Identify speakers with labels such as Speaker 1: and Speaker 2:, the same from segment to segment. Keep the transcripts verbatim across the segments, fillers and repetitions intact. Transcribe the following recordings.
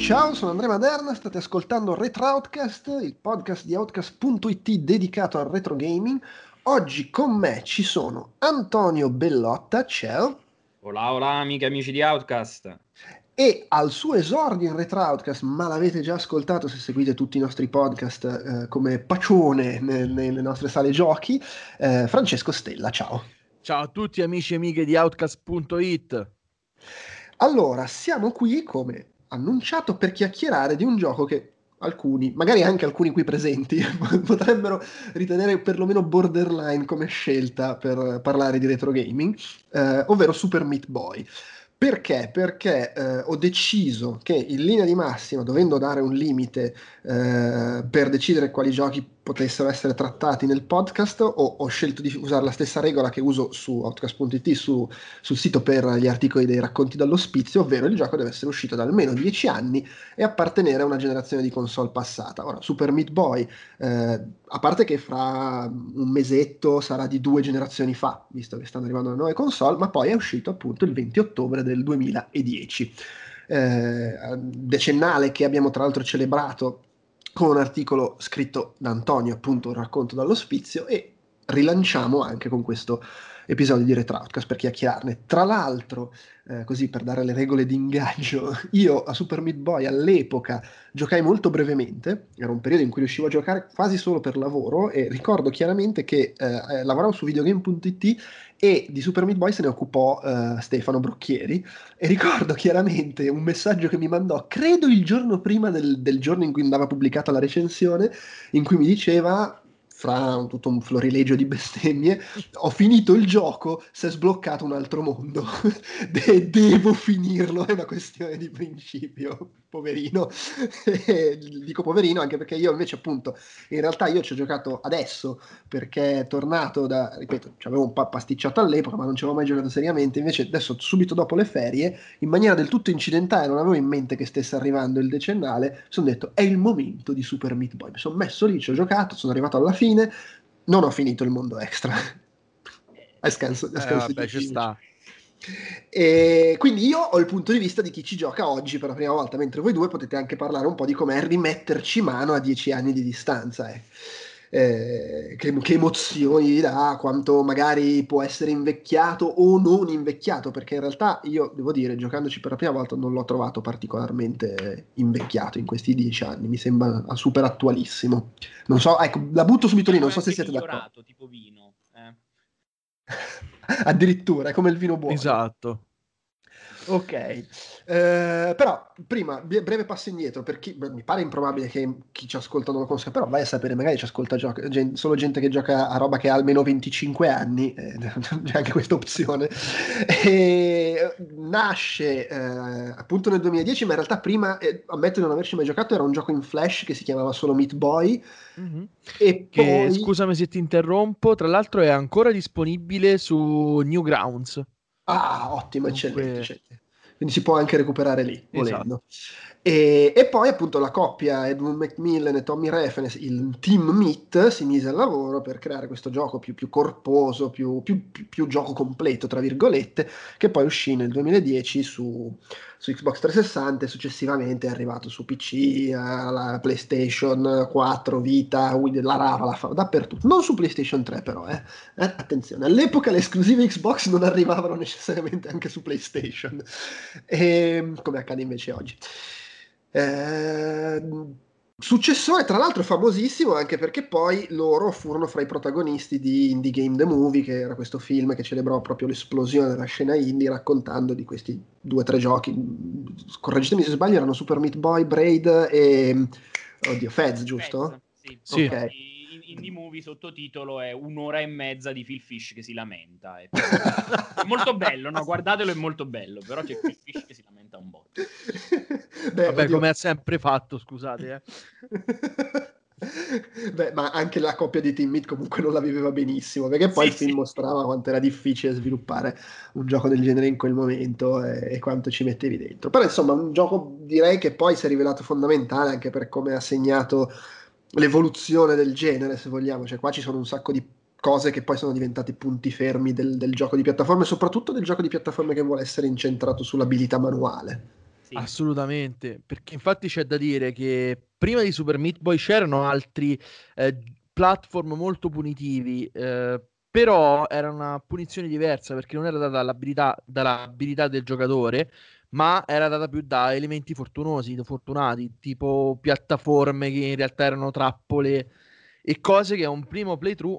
Speaker 1: Ciao, sono Andrea Maderna, state ascoltando Retro Outcast, il podcast di Outcast punto it dedicato al retro gaming. Oggi con me ci sono Antonio Bellotta, ciao.
Speaker 2: Hola, hola, amiche e amici di Outcast.
Speaker 1: E al suo esordio in Retro Outcast, ma l'avete già ascoltato se seguite tutti i nostri podcast eh, come pacione nel- nelle nostre sale giochi, eh, Francesco Stella, ciao.
Speaker 3: Ciao a tutti amici e amiche di Outcast punto it.
Speaker 1: Allora, siamo qui, come annunciato, per chiacchierare di un gioco che alcuni, magari anche alcuni qui presenti, potrebbero ritenere perlomeno borderline come scelta per parlare di retro gaming, eh, ovvero Super Meat Boy. Perché? Perché eh, ho deciso che in linea di massima, dovendo dare un limite eh, per decidere quali giochi potessero essere trattati nel podcast, ho, ho scelto di usare la stessa regola che uso su Outcast punto it, su, sul sito per gli articoli dei racconti dall'ospizio, ovvero il gioco deve essere uscito da almeno dieci anni e appartenere a una generazione di console passata. Ora, Super Meat Boy, eh, a parte che fra un mesetto sarà di due generazioni fa, visto che stanno arrivando le nuove console, ma poi è uscito appunto il venti ottobre del duemiladieci. Eh, decennale che abbiamo tra l'altro celebrato con un articolo scritto da Antonio, appunto un racconto dall'ospizio, e rilanciamo anche con questo episodio di Retro Outcast per chiacchierarne. Tra l'altro, eh, così per dare le regole di ingaggio, io a Super Meat Boy all'epoca giocai molto brevemente, era un periodo in cui riuscivo a giocare quasi solo per lavoro e ricordo chiaramente che eh, lavoravo su videogame punto it e di Super Meat Boy se ne occupò eh, Stefano Brocchieri, e ricordo chiaramente un messaggio che mi mandò, credo il giorno prima del, del giorno in cui andava pubblicata la recensione, in cui mi diceva, fra un, tutto un florilegio di bestemmie, ho finito il gioco, si è sbloccato un altro mondo. De- devo finirlo, è una questione di principio, poverino. Dico poverino anche perché io invece appunto, in realtà io ci ho giocato adesso, perché è tornato da, ripeto, ci avevo un po' pasticciato all'epoca, ma non ci avevo mai giocato seriamente. Invece adesso, subito dopo le ferie, in maniera del tutto incidentale, non avevo in mente che stesse arrivando il decennale, mi sono detto è il momento di Super Meat Boy. Mi sono messo lì, ci ho giocato, sono arrivato alla fine, non ho finito il mondo extra. A scanso, a
Speaker 3: Eh
Speaker 1: scanso
Speaker 3: vabbè,
Speaker 1: di
Speaker 3: ci sta.
Speaker 1: E quindi io ho il punto di vista di chi ci gioca oggi per la prima volta, mentre voi due potete anche parlare un po' di com'è rimetterci mano a dieci anni di distanza. Eh. Eh, che, che emozioni vi dà, quanto magari può essere invecchiato o non invecchiato, perché in realtà io devo dire, giocandoci per la prima volta non l'ho trovato particolarmente invecchiato in questi dieci anni, mi sembra super attualissimo. Non so, ecco, la butto subito lì, non so se siete d'accordo.
Speaker 2: Tipo vino, eh.
Speaker 1: Addirittura, è come il vino buono.
Speaker 3: Esatto.
Speaker 1: Ok, eh, però prima bie- breve passo indietro per chi beh, mi pare improbabile che chi ci ascolta non lo conosca, però vai a sapere, magari ci ascolta gioca- gen- solo gente che gioca a roba che ha almeno venticinque anni, eh, c'è anche questa opzione. E, nasce eh, appunto nel duemiladieci, ma in realtà prima, eh, ammetto di non averci mai giocato, era un gioco in Flash che si chiamava solo Meat Boy.
Speaker 3: Mhm.
Speaker 1: E
Speaker 3: Che,
Speaker 1: poi
Speaker 3: scusami se ti interrompo, tra l'altro è ancora disponibile su Newgrounds.
Speaker 1: ah, ottimo, eccellente,
Speaker 3: Dunque,
Speaker 1: eccellente. Quindi si può anche recuperare lì,
Speaker 3: esatto.
Speaker 1: volendo. E, e poi appunto la coppia Edmund Macmillan e Tommy Refn, il team Meat, si mise al lavoro per creare questo gioco più, più corposo, più, più, più, più gioco completo, tra virgolette, che poi uscì nel duemiladieci su, su Xbox trecentosessanta e successivamente è arrivato su P C, alla PlayStation quattro, Vita, Wii, la Rava, la fa, dappertutto. Non su PlayStation tre però, eh. Eh, attenzione, all'epoca le esclusive Xbox non arrivavano necessariamente anche su PlayStation, e, come accade invece oggi. Eh, successore, tra l'altro, famosissimo anche perché poi loro furono fra i protagonisti di Indie Game The Movie, che era questo film che celebrò proprio l'esplosione della scena indie, raccontando di questi due o tre giochi. Correggetemi se sbaglio, erano Super Meat Boy, Braid e oddio, Fez, giusto?
Speaker 2: Fez, sì.
Speaker 3: Sì.
Speaker 1: Ok.
Speaker 2: Infatti, in- Indie Movie sottotitolo è un'ora e mezza di Phil Fish che si lamenta. È, è molto bello, no? Guardatelo, è molto bello, però c'è Phil Fish che si lamenta un botto.
Speaker 1: Beh,
Speaker 3: Vabbè,
Speaker 1: oddio.
Speaker 3: come ha sempre fatto, scusate.
Speaker 1: Eh. Beh, ma anche la coppia di Team Meat comunque non la viveva benissimo, perché poi
Speaker 2: Sì,
Speaker 1: il film
Speaker 2: sì.
Speaker 1: mostrava quanto era difficile sviluppare un gioco del genere in quel momento e, e quanto ci mettevi dentro. Però insomma, un gioco direi che poi si è rivelato fondamentale anche per come ha segnato l'evoluzione del genere, se vogliamo. Cioè qua ci sono un sacco di cose che poi sono diventate punti fermi del, del gioco di piattaforme, soprattutto del gioco di piattaforme che vuole essere incentrato sull'abilità manuale.
Speaker 2: Sì.
Speaker 3: Assolutamente, perché infatti c'è da dire che prima di Super Meat Boy c'erano altri eh, platform molto punitivi, eh, però era una punizione diversa perché non era data dall'abilità, dall'abilità del giocatore, ma era data più da elementi fortunosi, fortunati, tipo piattaforme che in realtà erano trappole e cose che a un primo playthrough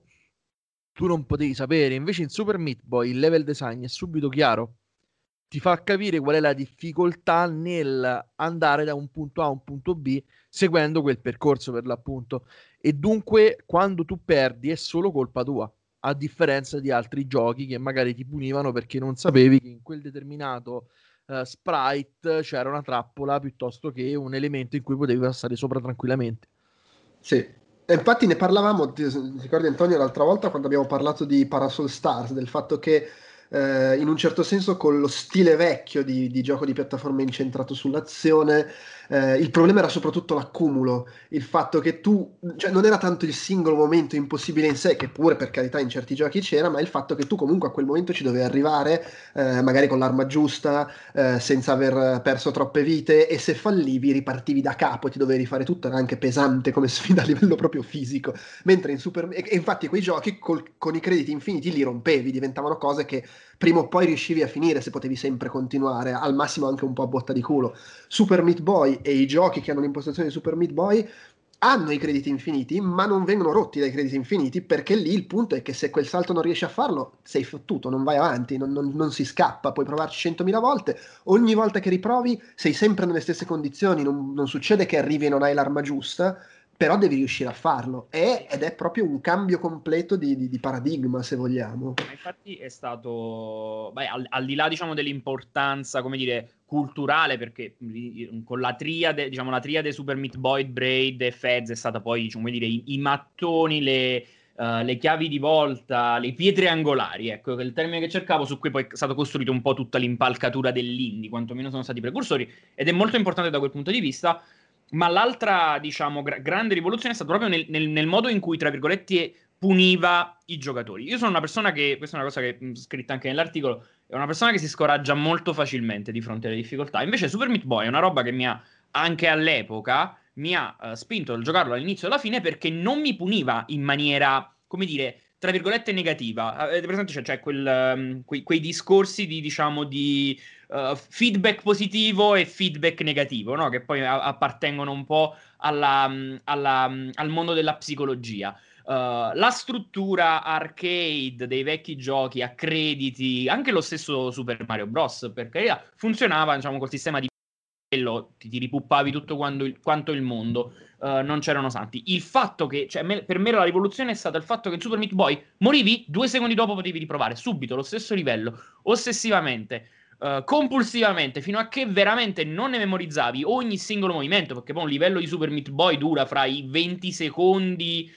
Speaker 3: tu non potevi sapere. Invece in Super Meat Boy il level design è subito chiaro, ti fa capire qual è la difficoltà nel andare da un punto A a un punto B seguendo quel percorso per l'appunto. E dunque quando tu perdi è solo colpa tua, a differenza di altri giochi che magari ti punivano perché non sapevi che in quel determinato uh, sprite c'era una trappola piuttosto che un elemento in cui potevi passare sopra tranquillamente.
Speaker 1: Sì, e infatti ne parlavamo, ti ti ricordi Antonio, l'altra volta quando abbiamo parlato di Parasol Stars, del fatto che eh, in un certo senso con lo stile vecchio di, di gioco di piattaforma incentrato sull'azione, eh, il problema era soprattutto l'accumulo, il fatto che tu, cioè non era tanto il singolo momento impossibile in sé, che pure per carità in certi giochi c'era, ma il fatto che tu comunque a quel momento ci dovevi arrivare, eh, magari con l'arma giusta, eh, senza aver perso troppe vite, e se fallivi ripartivi da capo, ti dovevi rifare tutto, era anche pesante come sfida a livello proprio fisico, mentre in Super e, e infatti quei giochi col- con i crediti infiniti li rompevi, diventavano cose che prima o poi riuscivi a finire se potevi sempre continuare, al massimo anche un po' a botta di culo. Super Meat Boy e i giochi che hanno l'impostazione di Super Meat Boy hanno i crediti infiniti, ma non vengono rotti dai crediti infiniti, perché lì il punto è che se quel salto non riesci a farlo, sei fottuto, non vai avanti, non, non- non si scappa, puoi provarci centomila volte, ogni volta che riprovi sei sempre nelle stesse condizioni, non, non succede che arrivi e non hai l'arma giusta, però devi riuscire a farlo, È- ed è proprio un cambio completo di, di- di paradigma, se vogliamo.
Speaker 2: Ma infatti è stato, beh, al, al di là, diciamo, dell'importanza, come dire, culturale, perché mh, con la triade, diciamo, la triade Super Meat Boy, Braid e Fez è stata poi, diciamo, come dire, i, i mattoni, le, uh, le chiavi di volta, le pietre angolari, ecco, che è il termine che cercavo, su cui poi è stato costruito un po' tutta l'impalcatura dell'indie, quantomeno sono stati precursori, ed è molto importante da quel punto di vista. Ma l'altra, diciamo, gra- grande rivoluzione è stata proprio nel, nel- nel modo in cui, tra virgolette, puniva i giocatori. Io sono una persona che, questa è una cosa che è scritta anche nell'articolo, è una persona che si scoraggia molto facilmente di fronte alle difficoltà. Invece Super Meat Boy è una roba che mi ha, anche all'epoca, mi ha uh, spinto a giocarlo all'inizio e alla fine perché non mi puniva in maniera, come dire, tra virgolette negativa. Avete presente? C'è, c'è quel, um, quei, quei discorsi di, diciamo, di uh, feedback positivo e feedback negativo, no? Che poi a- appartengono un po' alla, alla, al mondo della psicologia. Uh, la struttura arcade dei vecchi giochi a crediti, anche lo stesso Super Mario Bros. Per carità, funzionava, diciamo, col sistema di livello, ti, ti ripuppavi tutto quando il, quanto il mondo, uh, non c'erano santi. Il fatto che, cioè, me, per me la rivoluzione è stata il fatto che in Super Meat Boy morivi, due secondi dopo potevi riprovare subito lo stesso livello, ossessivamente. Uh, compulsivamente fino a che veramente non ne memorizzavi ogni singolo movimento, perché poi un livello di Super Meat Boy dura fra i venti secondi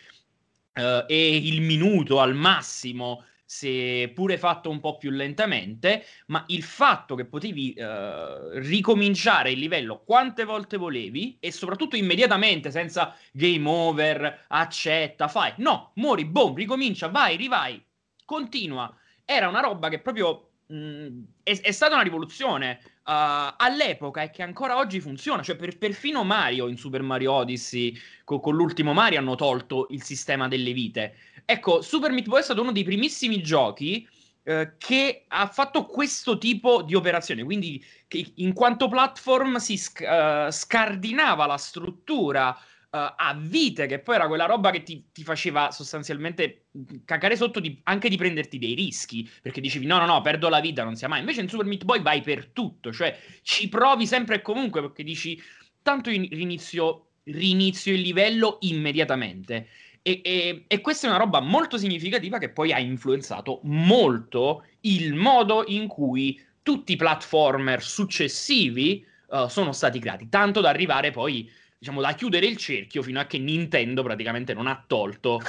Speaker 2: uh, e il minuto al massimo, se pure fatto un po' più lentamente, ma il fatto che potevi uh, ricominciare il livello quante volte volevi e soprattutto immediatamente, senza game over, accetta, fai, no, muori, boom, ricomincia, vai, rivai, continua. Era una roba che proprio mh, è, è stata una rivoluzione uh, all'epoca e che ancora oggi funziona. Cioè, per, perfino Mario in Super Mario Odyssey, co- con l'ultimo Mario, hanno tolto il sistema delle vite. Ecco, Super Meat Boy è stato uno dei primissimi giochi eh, che ha fatto questo tipo di operazione. Quindi, che in quanto platform si sc- uh, scardinava la struttura uh, a vite, che poi era quella roba che ti, ti faceva sostanzialmente cagare sotto di, anche di prenderti dei rischi, perché dicevi no, no, no, perdo la vita, non sia mai. Invece in Super Meat Boy vai per tutto, cioè ci provi sempre e comunque, perché dici tanto in, rinizio, rinizio il livello immediatamente. E, e, e questa è una roba molto significativa che poi ha influenzato molto il modo in cui tutti i platformer successivi uh, sono stati creati, tanto da arrivare poi, diciamo, da chiudere il cerchio fino a che Nintendo praticamente non ha tolto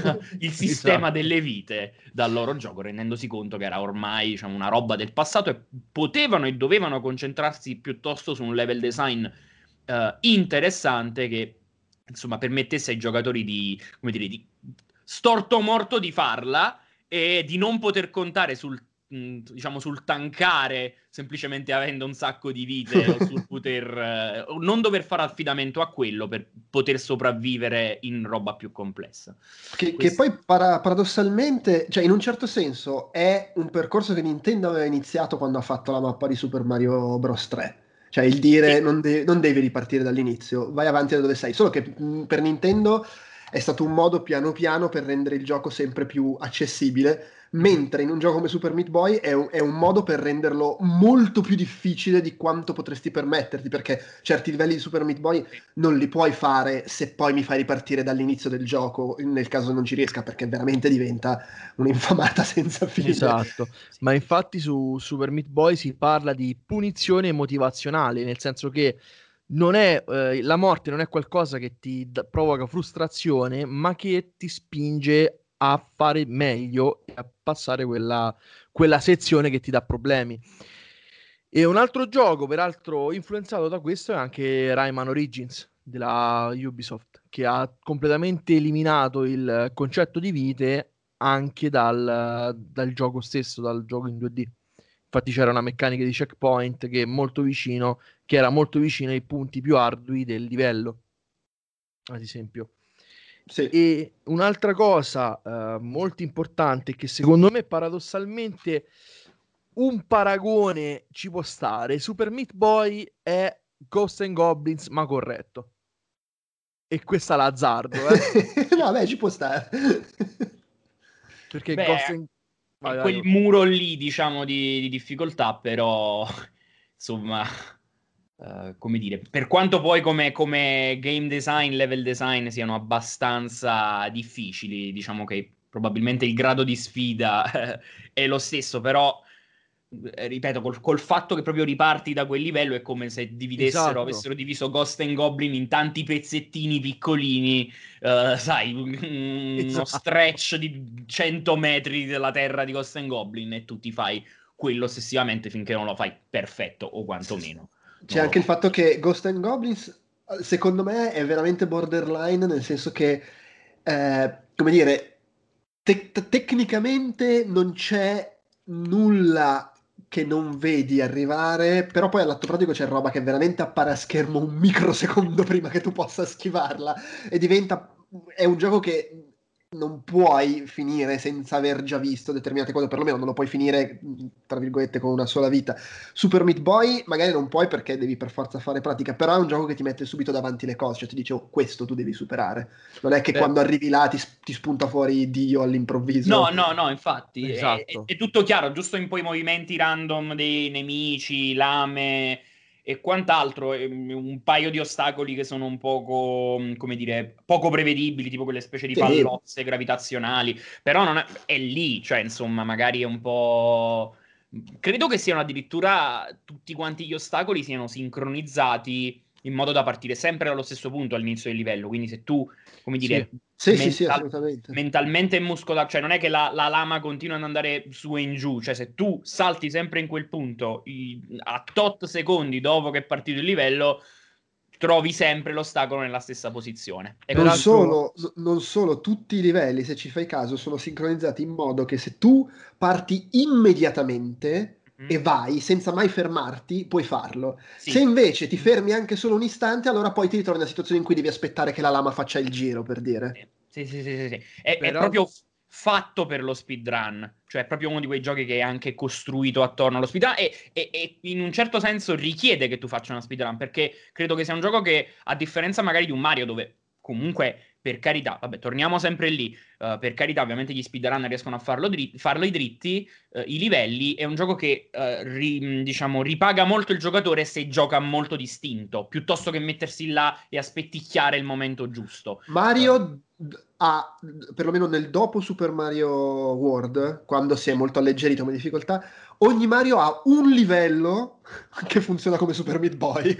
Speaker 2: il sistema
Speaker 3: Esatto.
Speaker 2: delle vite dal loro gioco, rendendosi conto che era ormai, diciamo, una roba del passato e potevano e dovevano concentrarsi piuttosto su un level design uh, interessante che, insomma, permettesse ai giocatori di, come dire, di storto morto di farla e di non poter contare sul mh, diciamo sul tankare semplicemente avendo un sacco di vite o sul poter eh, non dover fare affidamento a quello per poter sopravvivere in roba più complessa.
Speaker 1: Che, che
Speaker 2: Questo-
Speaker 1: poi para- paradossalmente, cioè in un certo senso è un percorso che Nintendo aveva iniziato quando ha fatto la mappa di Super Mario Bros. tre. Cioè il dire
Speaker 2: Sì.
Speaker 1: non, de- non devi ripartire dall'inizio, vai avanti da dove sei. Solo che mh, per Nintendo è stato un modo piano piano per rendere il gioco sempre più accessibile, mentre in un gioco come Super Meat Boy è un, è un modo per renderlo molto più difficile di quanto potresti permetterti, perché certi livelli di Super Meat Boy non li puoi fare se poi mi fai ripartire dall'inizio del gioco, nel caso non ci riesca, perché veramente diventa un'infamata senza fine.
Speaker 3: Esatto, ma infatti su Super Meat Boy si parla di punizione motivazionale, nel senso che non è, eh, la morte non è qualcosa che ti d- provoca frustrazione, ma che ti spinge a fare meglio e a passare quella, quella sezione che ti dà problemi. E un altro gioco, peraltro influenzato da questo, è anche Rayman Origins della Ubisoft, che ha completamente eliminato il concetto di vite anche dal, dal gioco stesso, dal gioco in due D. Infatti c'era una meccanica di checkpoint che è molto vicino, che era molto vicino ai punti più ardui del livello, ad esempio.
Speaker 1: Sì.
Speaker 3: E un'altra cosa eh, molto importante che secondo me paradossalmente un paragone ci può stare. Super Meat Boy è Ghost and Goblins, ma corretto. E questa l'azzardo, eh?
Speaker 1: No, beh, ci può stare.
Speaker 3: Perché
Speaker 2: Beh,
Speaker 3: Ghost and... Vai,
Speaker 2: è
Speaker 3: vai,
Speaker 2: quel
Speaker 3: oh.
Speaker 2: muro lì, diciamo, di, di difficoltà, però, insomma, eh, come dire, per quanto poi come, come game design, level design siano abbastanza difficili, diciamo che probabilmente il grado di sfida eh, è lo stesso, però, eh, ripeto, col, col fatto che proprio riparti da quel livello è come se dividessero,
Speaker 3: Esatto.
Speaker 2: avessero diviso Ghost and Goblin in tanti pezzettini piccolini, eh, sai, uno
Speaker 3: Esatto.
Speaker 2: stretch di cento metri della terra di Ghost and Goblin e tu ti fai quello ossessivamente finché non lo fai perfetto o quantomeno
Speaker 1: C'è
Speaker 2: non lo
Speaker 1: anche il
Speaker 2: fai.
Speaker 1: fatto che Ghost and Goblins, secondo me, è veramente borderline, nel senso che, eh, come dire, te- te- tecnicamente non c'è nulla che non vedi arrivare, però poi all'atto pratico c'è roba che veramente appare a schermo un microsecondo prima che tu possa schivarla e diventa... È un gioco che non puoi finire senza aver già visto determinate cose, perlomeno non lo puoi finire, tra virgolette, con una sola vita. Super Meat Boy magari non puoi perché devi per forza fare pratica, però è un gioco che ti mette subito davanti le cose, cioè ti dice, oh, questo tu devi superare. Non è che
Speaker 3: Beh,
Speaker 1: quando arrivi là ti, ti spunta fuori Dio all'improvviso.
Speaker 2: No, no, no, infatti è, è-
Speaker 3: esatto.
Speaker 2: è tutto chiaro, giusto in poi i movimenti random dei nemici, lame e quant'altro, e un paio di ostacoli che sono un poco, mh, come dire, poco prevedibili, tipo quelle specie di
Speaker 1: Sì,
Speaker 2: pallozze gravitazionali, però non è, è lì, cioè insomma, magari è un po'... Credo che siano addirittura tutti quanti gli ostacoli siano sincronizzati in modo da partire sempre dallo stesso punto all'inizio del livello, quindi se tu, come
Speaker 3: Sì.
Speaker 2: dire,
Speaker 1: sì, sì, sì,
Speaker 2: mental-
Speaker 1: assolutamente.
Speaker 2: mentalmente e muscolare, cioè non è che la, la lama continua ad andare su e in giù, cioè se tu salti sempre in quel punto i- a tot secondi dopo che è partito il livello, trovi sempre l'ostacolo nella stessa posizione. E
Speaker 1: Non
Speaker 2: questo...
Speaker 3: Peraltro,
Speaker 1: solo, no- non solo, tutti i livelli, se ci fai caso, sono sincronizzati in modo che se tu parti immediatamente
Speaker 2: Mhm.
Speaker 1: e vai senza mai fermarti, puoi farlo. Se
Speaker 2: Sì.
Speaker 1: invece ti fermi anche solo un istante, allora poi ti ritrovi in una situazione in cui devi aspettare che la lama faccia il giro, per dire.
Speaker 2: Sì, sì, sì, sì, sì. È, è
Speaker 3: peraltro,
Speaker 2: proprio f- fatto per lo speedrun, cioè è proprio uno di quei giochi che è anche costruito attorno allo speedrun e, e- e in un certo senso richiede che tu faccia una speedrun, perché credo che sia un gioco che, a differenza magari di un Mario, dove comunque, per carità, vabbè, torniamo sempre lì, eh, per carità, ovviamente gli speedrunner riescono a farlo, dri- farlo i dritti, eh, i livelli, è un gioco che, eh, ri- diciamo, ripaga molto il giocatore se gioca molto distinto, piuttosto che mettersi là e aspetticchiare il momento giusto. Eh,
Speaker 1: Mario d- ha, perlomeno nel dopo Super Mario World, quando si è molto alleggerito come difficoltà, ogni Mario ha un livello che funziona come Super Meat Boy.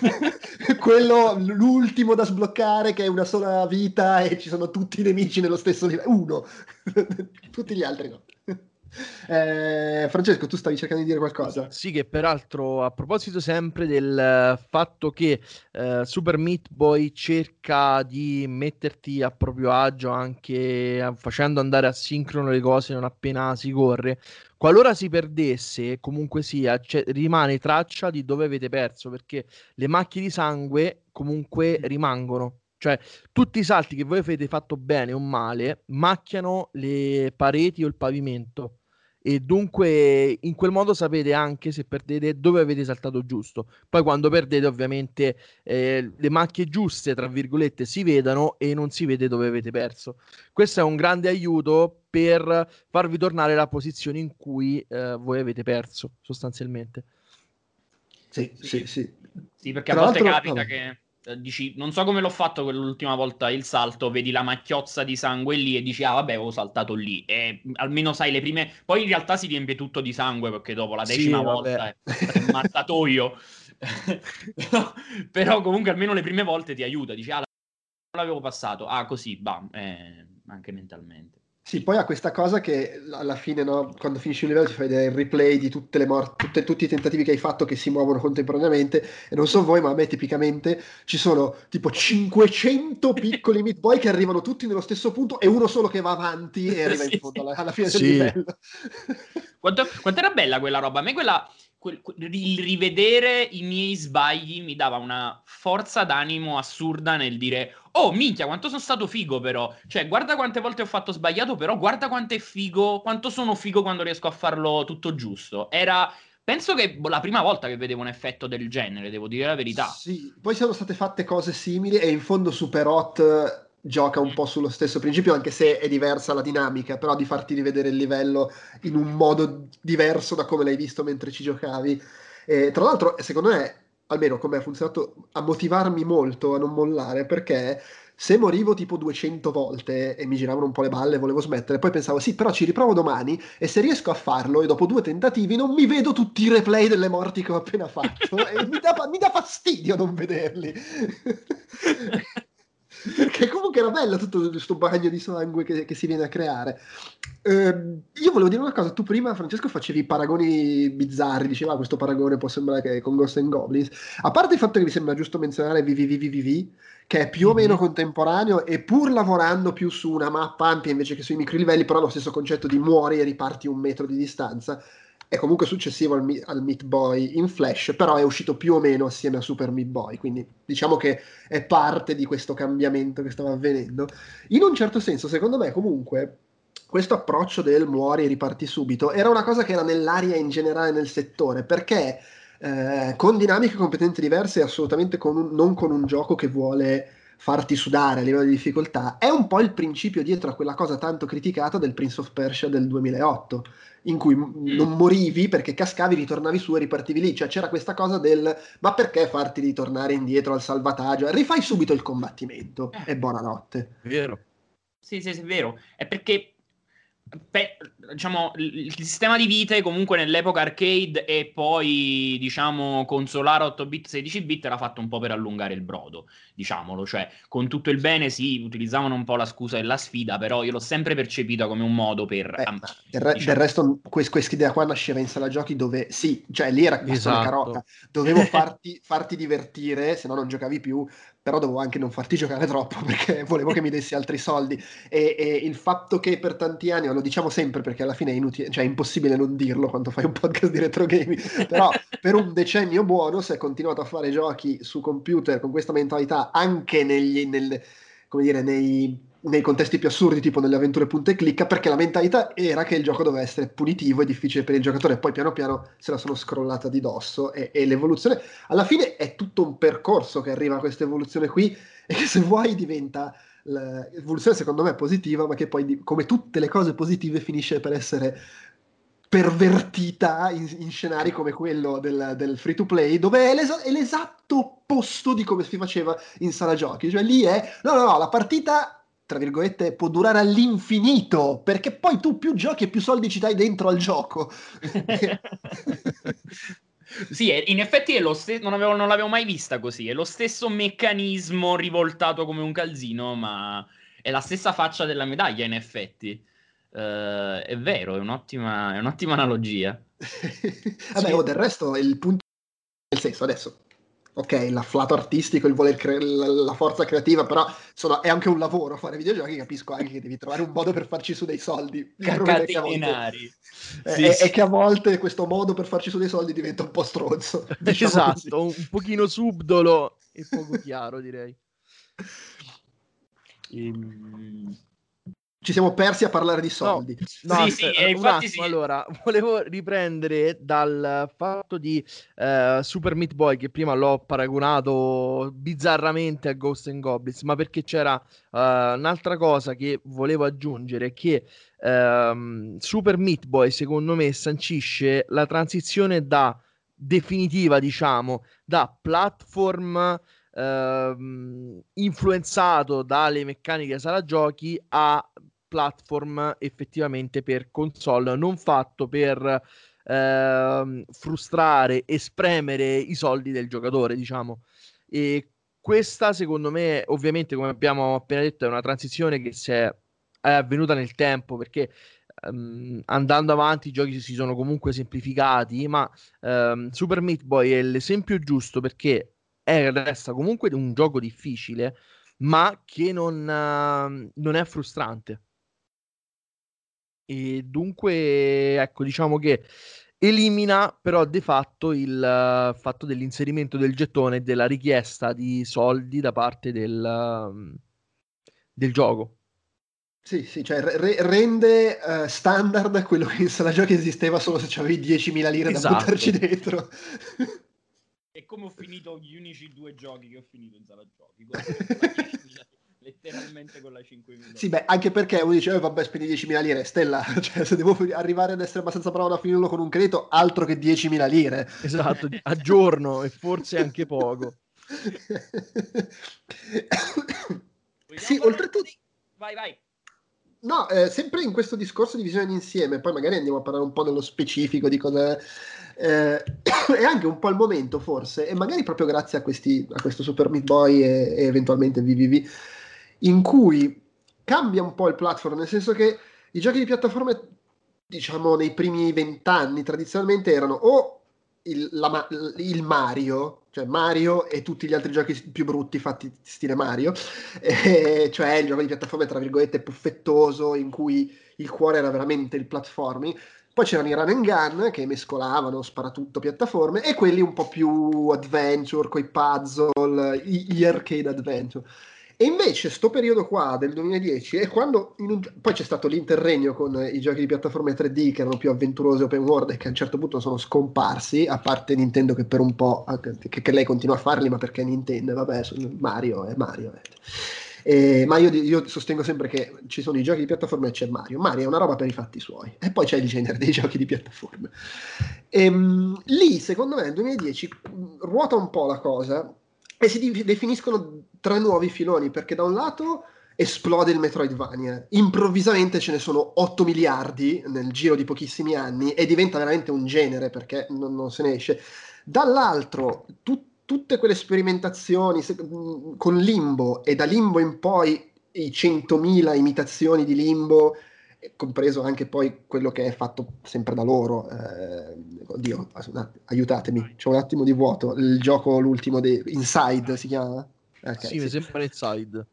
Speaker 1: Quello, l'ultimo da sbloccare, che è una sola vita e ci sono tutti i nemici nello stesso livello. Uno. Tutti gli altri no. eh, Francesco, tu stavi cercando di dire qualcosa?
Speaker 3: Sì, che peraltro a proposito sempre del fatto che eh, Super Meat Boy cerca di metterti a proprio agio anche eh, facendo andare a sincrono le cose non appena si corre, qualora si perdesse, comunque sia, c'è- rimane traccia di dove avete perso, perché le macchie di sangue comunque rimangono. Cioè, tutti i salti che voi avete fatto bene o male macchiano le pareti o il pavimento e dunque in quel modo sapete anche se perdete dove avete saltato giusto. Poi quando perdete ovviamente eh, le macchie giuste, tra virgolette, si vedano e non si vede dove avete perso. Questo è un grande aiuto per farvi tornare alla posizione in cui eh, voi avete perso, sostanzialmente.
Speaker 1: Sì, sì,
Speaker 2: Sì,
Speaker 1: sì.
Speaker 2: sì, perché a
Speaker 1: Tra
Speaker 2: volte
Speaker 1: l'altro,
Speaker 2: capita
Speaker 1: vabbè.
Speaker 2: che eh, dici, non so come l'ho fatto quell'ultima volta il salto, vedi la macchiozza di sangue lì e dici, ah vabbè, avevo saltato lì. E almeno sai le prime. Poi in realtà si riempie tutto di sangue perché dopo la decima
Speaker 3: Sì, vabbè.
Speaker 2: volta è il mattatoio. Però, però comunque almeno le prime volte ti aiuta, dici, ah, non l'avevo passato. Ah, così, bam, eh, anche mentalmente.
Speaker 1: Sì, poi ha questa cosa che alla fine, no, quando finisci un livello ti fai vedere il replay di tutte le morti, tutte- tutti i tentativi che hai fatto che si muovono contemporaneamente e non so voi, ma a me tipicamente ci sono tipo cinquecento piccoli Meat Boy che arrivano tutti nello stesso punto e uno solo che va avanti e arriva in
Speaker 2: Sì,
Speaker 1: fondo
Speaker 2: sì.
Speaker 1: alla, alla fine del
Speaker 3: Sì,
Speaker 1: livello.
Speaker 2: Quanto, quanto era bella quella roba? A me quella, quel- quel- il rivedere i miei sbagli mi dava una forza d'animo assurda nel dire: Oh, minchia, quanto sono stato figo, però. Cioè, guarda quante volte ho fatto sbagliato, però guarda quanto è figo, quanto sono figo quando riesco a farlo tutto giusto. Era, penso che boh, la prima volta che vedevo un effetto del genere, devo dire la verità.
Speaker 1: Sì, poi sono state fatte cose simili e in fondo Super Hot eh, gioca un
Speaker 2: Mm,
Speaker 1: po' sullo stesso principio, anche se
Speaker 2: sì.
Speaker 1: è diversa la dinamica, però di farti rivedere il livello in un modo diverso da come l'hai visto mentre ci giocavi. E, tra l'altro, secondo me, almeno come ha funzionato, a motivarmi molto a non mollare, perché se morivo tipo duecento volte e mi giravano un po' le balle e volevo smettere, poi pensavo sì, però ci riprovo domani e se riesco a farlo e dopo due tentativi non mi vedo tutti i replay delle morti che ho appena fatto e mi dà, mi dà fastidio non vederli. Perché comunque era bello tutto questo bagno di sangue che, che si viene a creare. Ehm, io volevo dire una cosa, tu prima Francesco facevi paragoni bizzarri, diceva "Ah, questo paragone può sembrare che è con Ghost and Goblins, a parte il fatto che mi sembra giusto menzionare V V V V V V, che è più o meno
Speaker 3: mhm,
Speaker 1: contemporaneo e pur lavorando più su una mappa ampia invece che sui microlivelli, però lo stesso concetto di muori e riparti un metro di distanza, è comunque successivo al, Mi- al Meat Boy in Flash, però è uscito più o meno assieme a Super Meat Boy, quindi diciamo che è parte di questo cambiamento che stava avvenendo. In un certo senso, secondo me, comunque, questo approccio del muori e riparti subito era una cosa che era nell'aria in generale nel settore, perché eh, con dinamiche completamente diverse e assolutamente con un- non con un gioco che vuole farti sudare a livello di difficoltà, è un po' il principio dietro a quella cosa tanto criticata del Prince of Persia del duemilaotto, in cui m-
Speaker 2: Mm.
Speaker 1: non morivi perché cascavi, ritornavi su e ripartivi lì, cioè c'era questa cosa del ma perché farti ritornare indietro al salvataggio? Rifai subito il combattimento
Speaker 2: Eh.
Speaker 1: e buonanotte.
Speaker 3: vero.
Speaker 2: Sì, sì, sì, è vero. È perché, pe- diciamo, il il sistema di vite comunque nell'epoca arcade e poi, diciamo, consolare otto bit, sedici bit era fatto un po' per allungare il brodo, diciamolo. Cioè, con tutto il bene, sì, utilizzavano un po' la scusa della sfida, però io l'ho sempre percepita come un modo per,
Speaker 1: Beh,
Speaker 2: am-
Speaker 1: ma del, re- del
Speaker 2: diciamo...
Speaker 1: resto quest- quest'idea qua nasceva in sala giochi dove sì, cioè lì era bastone e carota,
Speaker 3: Esatto.
Speaker 1: dovevo farti, farti divertire, se no non giocavi più, però dovevo anche non farti giocare troppo perché volevo che mi dessi altri soldi. E, e il fatto che per tanti anni, lo diciamo sempre perché alla fine è inutile, cioè è impossibile non dirlo quando fai un podcast di retro gaming, però per un decennio buono si è continuato a fare giochi su computer con questa mentalità anche negli, nel, come dire, nei nei contesti più assurdi, tipo nelle avventure punta e clicca, perché la mentalità era che il gioco doveva essere punitivo e difficile per il giocatore. Poi piano piano se la sono scrollata di dosso e, e l'evoluzione, alla fine è tutto un percorso che arriva a questa evoluzione qui e che se vuoi diventa l'evoluzione secondo me positiva, ma che poi di- come tutte le cose positive finisce per essere pervertita in, in scenari come quello del, del free to play, dove è, l'esa- è l'esatto opposto di come si faceva in sala giochi. Cioè lì è, no, no, no, la partita tra virgolette, può durare all'infinito, perché poi tu più giochi e più soldi ci dai dentro al gioco.
Speaker 2: Sì, è- in effetti è lo stesso, non avevo- non l'avevo mai vista così, è lo stesso meccanismo rivoltato come un calzino, ma è la stessa faccia della medaglia in effetti. Uh, è vero, è un'ottima, è un'ottima analogia.
Speaker 1: Vabbè,
Speaker 2: Sì.
Speaker 1: oh, del resto il punto, nel senso, adesso, ok, l'afflato artistico, il voler cre- la, la forza creativa, però insomma, è anche un lavoro fare videogiochi, capisco anche che devi trovare un modo per farci su dei soldi. Il problema è che a volte,
Speaker 2: Catenari.
Speaker 1: è,
Speaker 2: Sì,
Speaker 1: è-
Speaker 2: sì.
Speaker 1: è che a volte questo modo per farci su dei soldi diventa un po' stronzo. Diciamo
Speaker 3: esatto,
Speaker 1: così.
Speaker 3: un pochino subdolo e poco chiaro, direi.
Speaker 2: Ehm,
Speaker 1: Ci siamo persi a parlare di
Speaker 3: No,
Speaker 1: soldi.
Speaker 3: no,
Speaker 2: Sì,
Speaker 3: aspetta,
Speaker 2: sì, e
Speaker 3: un
Speaker 2: infatti
Speaker 3: attimo,
Speaker 2: sì.
Speaker 3: allora, volevo riprendere dal fatto di eh, Super Meat Boy, che prima l'ho paragonato bizzarramente a Ghost and Goblins, ma perché c'era eh, un'altra cosa che volevo aggiungere, che ehm, Super Meat Boy, secondo me, sancisce la transizione da definitiva, diciamo, da platform ehm, influenzato dalle meccaniche sala giochi a platform effettivamente per console, non fatto per ehm, frustrare e spremere i soldi del giocatore, diciamo. E questa, secondo me, ovviamente, come abbiamo appena detto, è una transizione che si è, è avvenuta nel tempo, perché ehm, andando avanti i giochi si sono comunque semplificati, ma ehm, Super Meat Boy è l'esempio giusto, perché è, resta comunque un gioco difficile, ma che non, eh, non è frustrante. E dunque, ecco, diciamo che elimina però de fatto il eh, fatto dell'inserimento del gettone e della richiesta di soldi da parte del, um, del gioco.
Speaker 1: Sì, sì, cioè re- rende eh, standard quello che in sala giochi esisteva solo se avevi diecimila lire da
Speaker 3: Esatto.
Speaker 1: buttarci dentro.
Speaker 2: E come ho finito gli unici due giochi che ho finito in sala giochi, con la diecimila, letteralmente con la cinquemila.
Speaker 1: Sì, beh, anche perché uno dice, eh, vabbè, spendi diecimila lire, Stella, cioè se devo arrivare ad essere abbastanza bravo da finirlo con un credito, altro che diecimila lire.
Speaker 3: Esatto, a giorno e forse anche poco.
Speaker 2: Vogliamo
Speaker 1: Sì,
Speaker 2: fare un po'
Speaker 1: oltretutto...
Speaker 2: di... Vai, vai.
Speaker 1: No, eh, sempre in questo discorso di visione d'insieme, poi magari andiamo a parlare un po' nello specifico di cosa eh, è anche un po' il momento forse, e magari proprio grazie a, questi, a questo Super Meat Boy e, e eventualmente V V V, in cui cambia un po' il platform, nel senso che i giochi di piattaforme, diciamo nei primi vent'anni, tradizionalmente erano o il, la, il Mario, cioè Mario e tutti gli altri giochi più brutti fatti stile Mario, eh, cioè il gioco di piattaforme tra virgolette puffettoso in cui il cuore era veramente il platforming. Poi c'erano i run and gun che mescolavano sparatutto piattaforme e quelli un po' più adventure, coi puzzle, gli arcade adventure. E invece sto periodo qua del duemiladieci è quando in un... poi c'è stato l'interregno con i giochi di piattaforme tre D che erano più avventurosi open world e che a un certo punto sono scomparsi, a parte Nintendo che per un po' che, che lei continua a farli, ma perché Nintendo, vabbè, Mario è Mario. Eh, ma io, io sostengo sempre che ci sono i giochi di piattaforma e c'è Mario. Mario è una roba per i fatti suoi. E poi c'è il genere dei giochi di piattaforma. Ehm, lì, secondo me, nel duemiladieci ruota un po' la cosa e si di- definiscono tre nuovi filoni, perché da un lato esplode il Metroidvania, improvvisamente ce ne sono otto miliardi nel giro di pochissimi anni e diventa veramente un genere perché non, non se ne esce. Dall'altro, tu- tutte quelle sperimentazioni se- con Limbo e da Limbo in poi i centomila imitazioni di Limbo, compreso anche poi quello che è fatto sempre da loro. Eh, oddio, aiutatemi, c'è un attimo di vuoto. Il gioco, l'ultimo di Inside si chiama? Ok,
Speaker 3: Sì, mi
Speaker 1: sì.
Speaker 3: sembra Inside.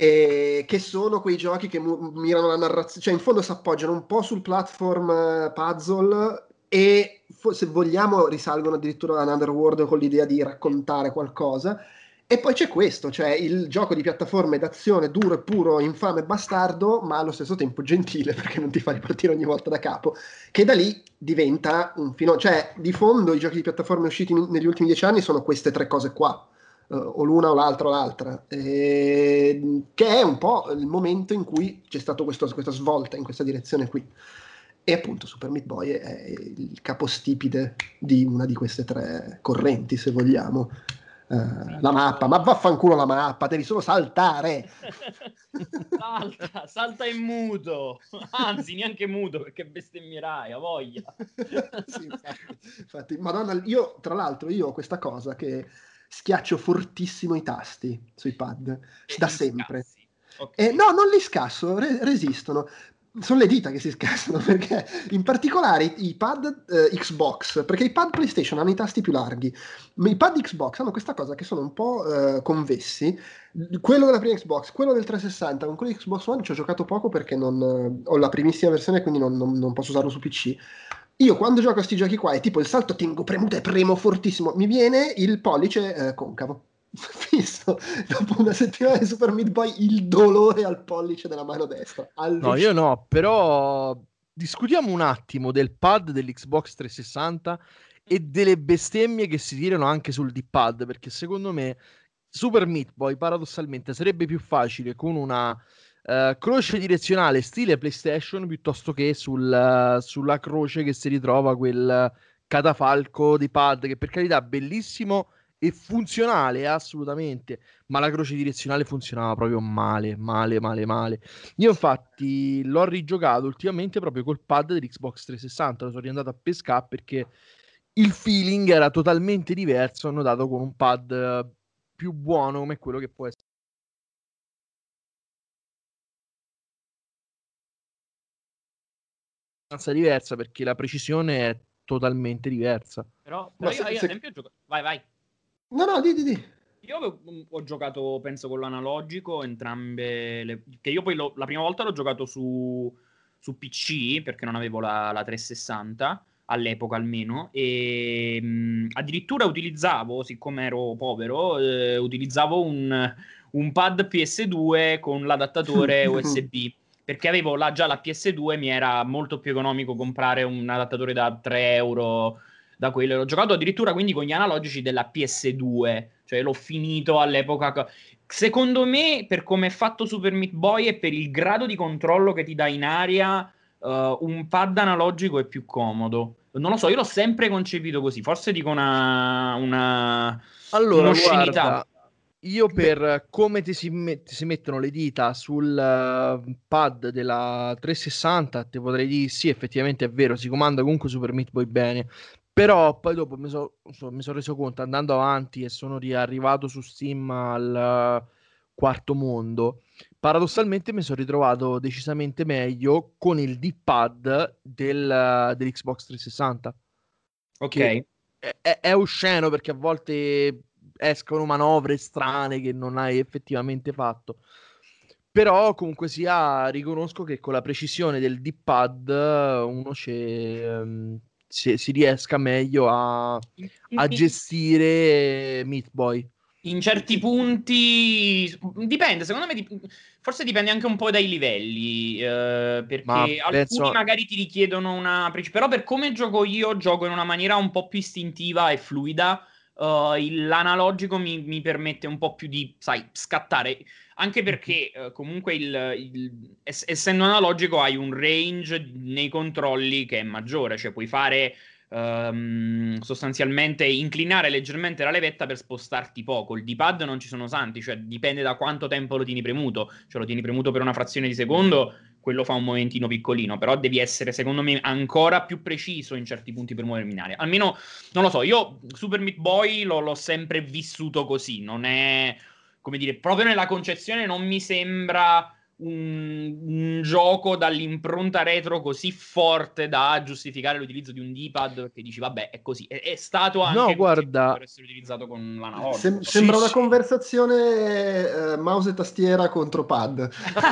Speaker 1: E che sono quei giochi che mu- mirano la narrazione, cioè in fondo si appoggiano un po' sul platform eh, puzzle e fo- se vogliamo risalgono addirittura ad Underworld con l'idea di raccontare qualcosa. E poi c'è questo, cioè il gioco di piattaforme d'azione duro e puro, infame e bastardo, ma allo stesso tempo gentile perché non ti fa ripartire ogni volta da capo, che da lì diventa un fino, cioè di fondo i giochi di piattaforme usciti negli ultimi dieci anni sono queste tre cose qua. Uh, o l'una o l'altra o l'altra, e... che è un po' il momento in cui c'è stata questa svolta in questa direzione qui. E appunto Super Meat Boy è il capostipite di una di queste tre correnti, se vogliamo. Uh, la mappa, ma vaffanculo la mappa, devi solo saltare.
Speaker 2: Salta, salta in muto, anzi neanche muto perché bestemmierai, a voglia.
Speaker 1: Sì, infatti, infatti, Madonna, io tra l'altro io ho questa cosa che schiaccio fortissimo i tasti sui pad
Speaker 2: E
Speaker 1: da
Speaker 2: li
Speaker 1: sempre.
Speaker 2: scassi. Ok.
Speaker 1: E no, non li scasso, re- resistono. sono le dita che si scassano, perché in particolare i, i pad eh, Xbox, perché i pad PlayStation hanno i tasti più larghi, ma i pad Xbox hanno questa cosa che sono un po' eh, convessi. Quello della prima Xbox, quello del trecentosessanta, con quello di Xbox One ci ho giocato poco perché non, eh, ho la primissima versione, quindi non, non- non posso usarlo su P C. Io quando gioco a questi giochi qua è tipo il salto tengo premuto e premo fortissimo, mi viene il pollice eh, concavo. Fisso, dopo una settimana di Super Meat Boy, il dolore al pollice della mano destra.
Speaker 3: No, io no, però discutiamo un attimo del pad dell'Xbox trecentosessanta e delle bestemmie che si tirano anche sul D-pad, perché secondo me Super Meat Boy paradossalmente sarebbe più facile con una eh, croce direzionale stile PlayStation piuttosto che sul, sulla croce che si ritrova quel catafalco di pad, che per carità è bellissimo e funzionale assolutamente, ma la croce direzionale funzionava proprio male, male, male, male. Io infatti l'ho rigiocato ultimamente proprio col pad dell'Xbox trecentosessanta, lo sono riandato a pescare perché il feeling era totalmente diverso, hanno dato con un pad eh, più buono come quello che può essere diversa, perché la precisione è totalmente diversa.
Speaker 2: Però,
Speaker 1: Ma
Speaker 2: però io,
Speaker 1: se,
Speaker 2: io ad
Speaker 1: se...
Speaker 2: esempio ho giocato... Vai, vai.
Speaker 1: No, no, di, di, di.
Speaker 2: Io avevo- ho giocato, penso, con l'analogico, entrambe le... Che io poi lo- la prima volta l'ho giocato su, su P C, perché non avevo la, la trecentosessanta, all'epoca almeno, e mh, addirittura utilizzavo, siccome ero povero, eh, utilizzavo un, un pad P S due con l'adattatore U S B, perché avevo là già la P S due, mi era molto più economico comprare un adattatore da tre euro da quello. L'ho giocato addirittura quindi con gli analogici della P S due, cioè l'ho finito all'epoca. Secondo me, per come è fatto Super Meat Boy e per il grado di controllo che ti dà in aria, uh, un pad analogico è più comodo. Non lo so, io l'ho sempre concepito così. Forse dico una, una
Speaker 3: Allora,
Speaker 2: un'oscenità.
Speaker 3: guarda, io
Speaker 1: Beh,
Speaker 3: per come ti si, met- ti si mettono le dita sul eh, pad della trecentosessanta, ti potrei dire sì, effettivamente è vero, si comanda comunque Super Meat Boy bene, però poi dopo mi sono reso conto andando avanti e sono riarrivato su Steam al eh, quarto mondo. Paradossalmente mi sono ritrovato decisamente meglio con il D-pad del, dell'Xbox trecentosessanta, che
Speaker 2: Ok.
Speaker 3: è, è- è osceno perché a volte escono manovre strane che non hai effettivamente fatto. Però comunque sia, riconosco che con la precisione del D-pad uno c'è, ehm, si, si riesca meglio a,
Speaker 2: In,
Speaker 3: a
Speaker 2: in-
Speaker 3: gestire Meat Boy.
Speaker 2: In certi
Speaker 1: sì.
Speaker 2: punti dipende, secondo me dip- forse dipende anche un po' dai livelli, eh,
Speaker 3: Ma
Speaker 2: perché alcuni
Speaker 3: penso,
Speaker 2: magari ti richiedono una preci- però per come gioco io, gioco in una maniera un po' più istintiva e fluida, eh, il- l'analogico mi, mi permette un po' più di, sai, scattare, anche perché eh, comunque il, il- ess- essendo analogico hai un range nei controlli che è maggiore, cioè puoi fare ehm, sostanzialmente inclinare leggermente la levetta per spostarti poco. Il D-pad non ci sono santi, cioè dipende da quanto tempo lo tieni premuto. Cioè lo tieni premuto per una frazione di secondo, quello fa un momentino piccolino, però devi essere, secondo me, ancora più preciso in certi punti per muovermi in aria. Almeno, non lo so, io Super Meat Boy lo- l'ho sempre vissuto così, non è, come dire, proprio nella concezione non mi sembra un, un gioco dall'impronta retro così forte da giustificare l'utilizzo di un D-pad, perché dici vabbè è così, è, è stato
Speaker 3: no,
Speaker 2: anche concepito per
Speaker 3: guarda,
Speaker 2: essere utilizzato con l'analogico.
Speaker 1: Sem-
Speaker 3: sì,
Speaker 1: sembra una
Speaker 3: sì.
Speaker 1: conversazione eh, mouse e tastiera contro pad,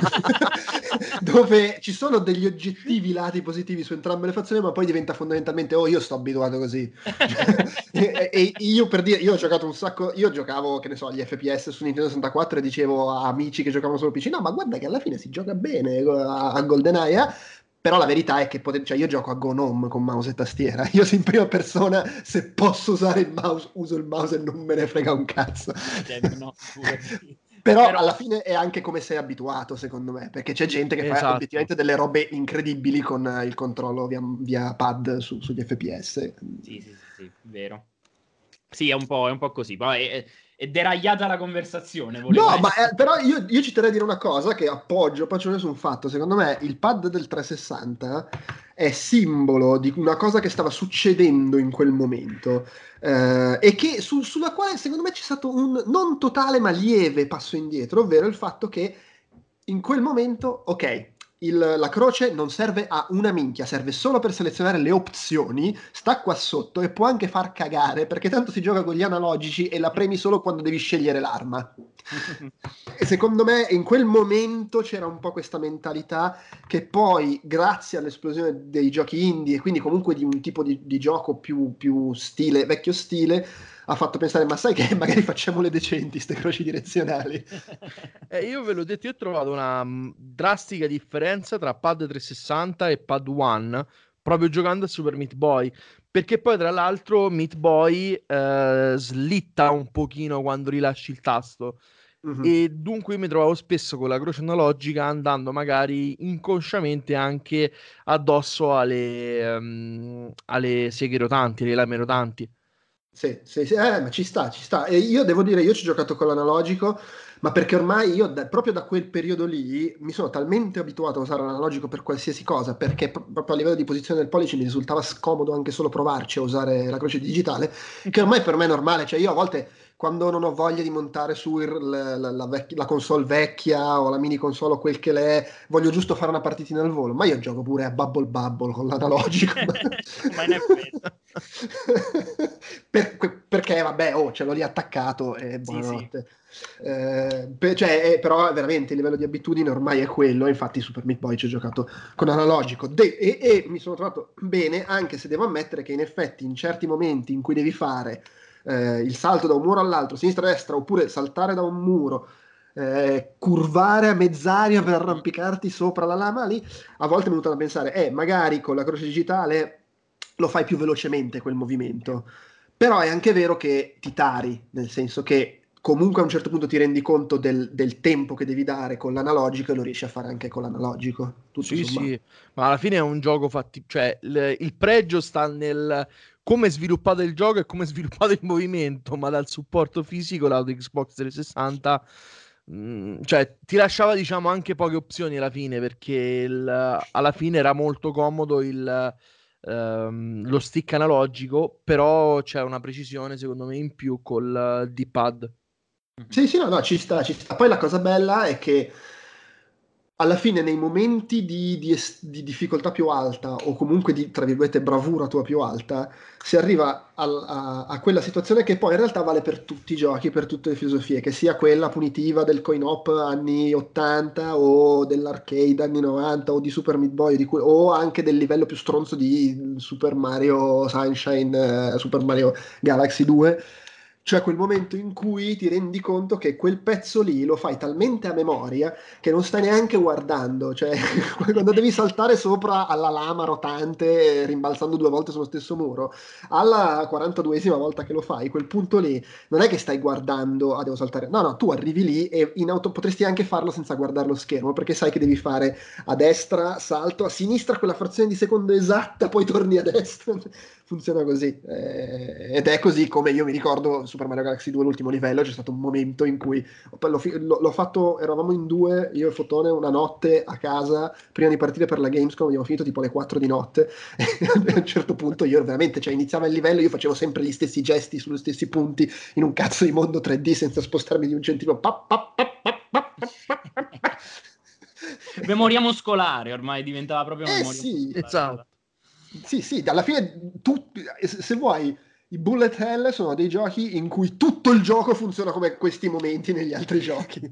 Speaker 1: dove ci sono degli oggettivi lati positivi su entrambe le fazioni, ma poi diventa fondamentalmente, oh, io sto abituato così. e, e io per dire, io ho giocato un sacco, io giocavo, che ne so, gli F P S su Nintendo sessantaquattro e dicevo a amici che giocavano solo P C, no, ma guarda che alla fine si gioca bene a, a GoldenEye, eh? Però la verità è che pote- cioè, io gioco a Gnome con mouse e tastiera. Io in prima persona, se posso usare il mouse, uso il mouse e non me ne frega un cazzo.
Speaker 2: Cioè, no, figurati.
Speaker 1: Però
Speaker 2: Però
Speaker 1: alla fine è anche come sei abituato, secondo me, perché c'è gente che fa
Speaker 3: Esatto.
Speaker 1: obiettivamente delle robe incredibili con eh, il controllo via, via pad su- sugli F P S.
Speaker 2: sì, sì, sì, sì, vero. Sì, è un po', è un po' così. Poi è, è deragliata la conversazione, volevo
Speaker 1: No, ma
Speaker 2: essere.
Speaker 1: eh, però io, io ci terrei a dire una cosa che appoggio, faccio su un fatto. Secondo me il pad del trecentosessanta è simbolo di una cosa che stava succedendo in quel momento eh, e che, su- sulla quale secondo me c'è stato un non totale ma lieve passo indietro, ovvero il fatto che in quel momento, ok, il, la croce non serve a una minchia, serve solo per selezionare le opzioni, sta qua sotto e può anche far cagare, perché tanto si gioca con gli analogici e la premi solo quando devi scegliere l'arma. E secondo me in quel momento c'era un po' questa mentalità che poi, grazie all'esplosione dei giochi indie e quindi comunque di un tipo di, di gioco più, più stile, vecchio stile, ha fatto pensare, ma sai che magari facciamole decenti ste croci direzionali.
Speaker 3: Eh, io ve l'ho detto, io ho trovato una mh, drastica differenza tra Pad trecentosessanta e Pad One proprio giocando a Super Meat Boy, perché poi tra l'altro Meat Boy eh, slitta un pochino quando rilasci il tasto.
Speaker 1: Mhm.
Speaker 3: E dunque io mi trovavo spesso con la croce analogica andando magari inconsciamente anche addosso alle, ehm, alle seghe rotanti, alle lame rotanti.
Speaker 1: Sì, sì, sì, eh, ma ci sta, ci sta. E io devo dire, io ci ho giocato con l'analogico, ma perché ormai io, da- proprio da quel periodo lì, mi sono talmente abituato a usare l'analogico per qualsiasi cosa, perché pro- proprio a livello di posizione del pollice mi risultava scomodo anche solo provarci a usare la croce digitale, che ormai per me è normale. Cioè io a volte, quando non ho voglia di montare su il- la, la- la vec- la console vecchia o la mini console o quel che l'è, voglio giusto fare una partitina al volo, ma io gioco pure a Bubble Bubble con l'analogico.
Speaker 2: Ma in effetti.
Speaker 1: Per- que- perché vabbè, oh, ce l'ho lì attaccato e
Speaker 2: Sì, sì.
Speaker 1: buonanotte. Eh, pe- cioè, eh, però veramente il livello di abitudine ormai è quello. Infatti Super Meat Boy ci ho giocato con analogico De- e, e mi sono trovato bene, anche se devo ammettere che in effetti in certi momenti in cui devi fare eh, il salto da un muro all'altro, sinistra-destra, oppure saltare da un muro, eh, curvare a mezz'aria per arrampicarti sopra la lama lì, a volte mi è venuto da pensare, eh, magari con la croce digitale lo fai più velocemente quel movimento. Però è anche vero che ti tari, nel senso che comunque a un certo punto ti rendi conto del, del tempo che devi dare con l'analogico e lo riesci a fare anche con l'analogico. Tutto
Speaker 3: Sì,
Speaker 1: sommato.
Speaker 3: sì, ma alla fine è un gioco fatti, cioè il, il pregio sta nel come è sviluppato il gioco e come è sviluppato il movimento, ma dal supporto fisico lato Xbox trecentosessanta, mh, cioè ti lasciava diciamo anche poche opzioni alla fine, perché il- alla fine era molto comodo il, ehm, lo stick analogico, però c'è una precisione secondo me in più col D-pad.
Speaker 1: Sì, sì, no, no, ci sta, ci sta. Poi la cosa bella è che alla fine nei momenti di, di es- di difficoltà più alta o comunque di, tra virgolette, bravura tua più alta, si arriva al- a, a quella situazione che poi in realtà vale per tutti i giochi, per tutte le filosofie, che sia quella punitiva del coin-op anni ottanta o dell'arcade anni novanta o di Super Meat Boy di cui- o anche del livello più stronzo di Super Mario Sunshine, eh, Super Mario Galaxy due. Cioè quel momento in cui ti rendi conto che quel pezzo lì lo fai talmente a memoria che non stai neanche guardando, cioè quando devi saltare sopra alla lama rotante rimbalzando due volte sullo stesso muro, alla quarantaduesima volta che lo fai, quel punto lì non è che stai guardando, ah devo saltare, no no, tu arrivi lì e in auto potresti anche farlo senza guardare lo schermo, perché sai che devi fare a destra, salto, a sinistra quella frazione di secondo esatta, poi torni a destra, funziona così. Eh, ed è così come io mi ricordo Super Mario Galaxy due l'ultimo livello, c'è stato un momento in cui l'ho, fi- l'ho- l'ho fatto, eravamo in due, io e Fotone, una notte a casa, prima di partire per la Gamescom, abbiamo finito tipo alle quattro di notte, e a un certo punto io veramente, cioè iniziava il livello, io facevo sempre gli stessi gesti sugli stessi punti, in un cazzo di mondo tre D senza spostarmi di un centimetro. Pa, pa, pa, pa, pa, pa, pa, pa.
Speaker 2: Memoria muscolare, ormai diventava proprio
Speaker 1: Eh
Speaker 2: memoria
Speaker 1: sì,
Speaker 2: muscolare.
Speaker 3: Esatto.
Speaker 1: sì, sì, alla fine tu, se se vuoi, i bullet hell sono dei giochi in cui tutto il gioco funziona come questi momenti negli altri giochi.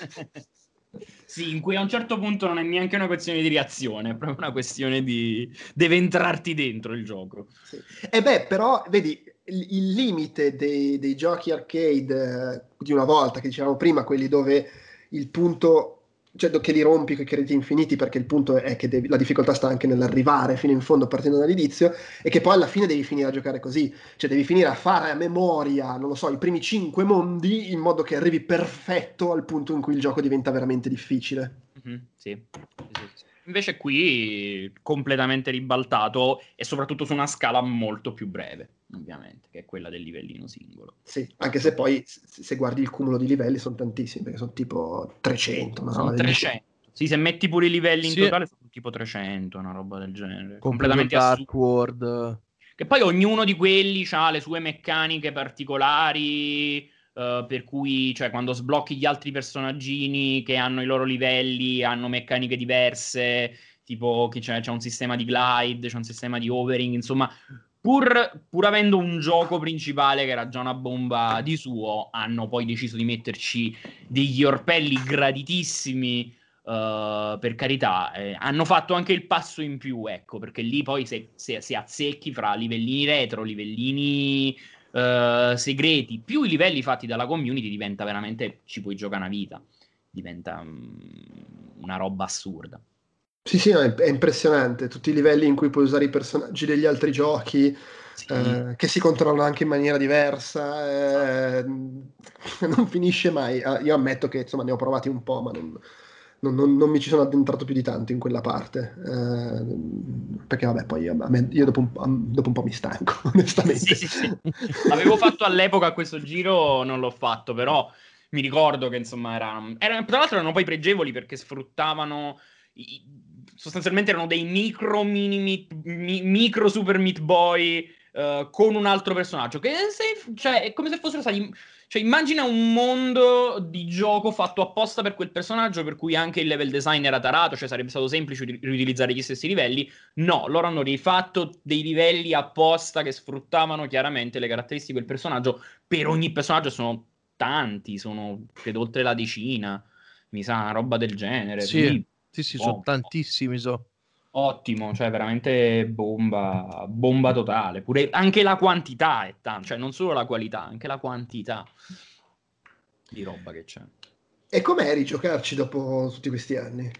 Speaker 2: Sì, in cui a un certo punto non è neanche una questione di reazione, è proprio una questione di... deve entrarti dentro il gioco.
Speaker 1: Sì. E beh, però, vedi, il, il limite dei, dei giochi arcade eh, di una volta, che dicevamo prima, quelli dove il punto, cioè do- che li rompi con i crediti infiniti, perché il punto è che devi- la difficoltà sta anche nell'arrivare fino in fondo partendo dall'inizio, e che poi alla fine devi finire a giocare così, cioè devi finire a fare a memoria, non lo so, i primi cinque mondi in modo che arrivi perfetto al punto in cui il gioco diventa veramente difficile.
Speaker 2: Mhm, sì. Sì, sì, sì. Invece qui completamente ribaltato e soprattutto su una scala molto più breve, ovviamente, che è quella del livellino singolo.
Speaker 1: Sì, anche se poi se se guardi il cumulo di livelli sono tantissimi, perché sono tipo trecento, una roba
Speaker 2: Sono
Speaker 1: del genere.
Speaker 2: trecento. Sì, se metti pure i livelli in
Speaker 3: Sì,
Speaker 2: totale sono tipo trecento, una roba del genere.
Speaker 3: compreso il
Speaker 2: Completamente
Speaker 3: Dark
Speaker 2: assurdo.
Speaker 3: World.
Speaker 2: Che poi ognuno di quelli ha le sue meccaniche particolari. uh, per cui, cioè, quando sblocchi gli altri personaggini che hanno i loro livelli, hanno meccaniche diverse, tipo che c'è, c'è un sistema di glide, c'è un sistema di overing, insomma, pur, pur avendo un gioco principale che era già una bomba di suo, hanno poi deciso di metterci degli orpelli graditissimi. Uh, per carità, eh, hanno fatto anche il passo in più, ecco, perché lì poi se, se, se azzecchi fra livellini retro, livellini uh, segreti, più i livelli fatti dalla community, diventa veramente, ci puoi giocare una vita, diventa um, una roba assurda.
Speaker 1: Sì, sì, no, è, è impressionante, tutti i livelli in cui puoi usare i personaggi degli altri giochi, sì. eh, che si controllano anche in maniera diversa, eh, non finisce mai. Io ammetto che insomma ne ho provati un po', ma non... Non, non, non mi ci sono addentrato più di tanto in quella parte, eh, perché vabbè poi a me, io dopo un, dopo un po' mi stanco, onestamente.
Speaker 2: Sì, sì, sì. L'avevo fatto all'epoca, questo giro non l'ho fatto, però mi ricordo che insomma era, era, tra l'altro erano poi pregevoli perché sfruttavano i, sostanzialmente erano dei micro mini meat, mi, micro super Meat Boy uh, con un altro personaggio che se, cioè, è come se fossero stati. Cioè, immagina un mondo di gioco fatto apposta per quel personaggio, per cui anche il level design era tarato, cioè sarebbe stato semplice ri- riutilizzare gli stessi livelli. No, loro hanno rifatto dei livelli apposta che sfruttavano chiaramente le caratteristiche del personaggio. Per ogni personaggio sono tanti, sono credo oltre la decina, mi sa, una roba del genere.
Speaker 3: Sì,
Speaker 2: Quindi,
Speaker 3: sì, sì,
Speaker 2: oh,
Speaker 3: sono tantissimi, so.
Speaker 2: Ottimo, cioè veramente bomba, bomba totale. Pure anche la quantità è tanta, cioè non solo la qualità, anche la quantità di roba che c'è.
Speaker 1: E com'è rigiocarci dopo tutti questi anni?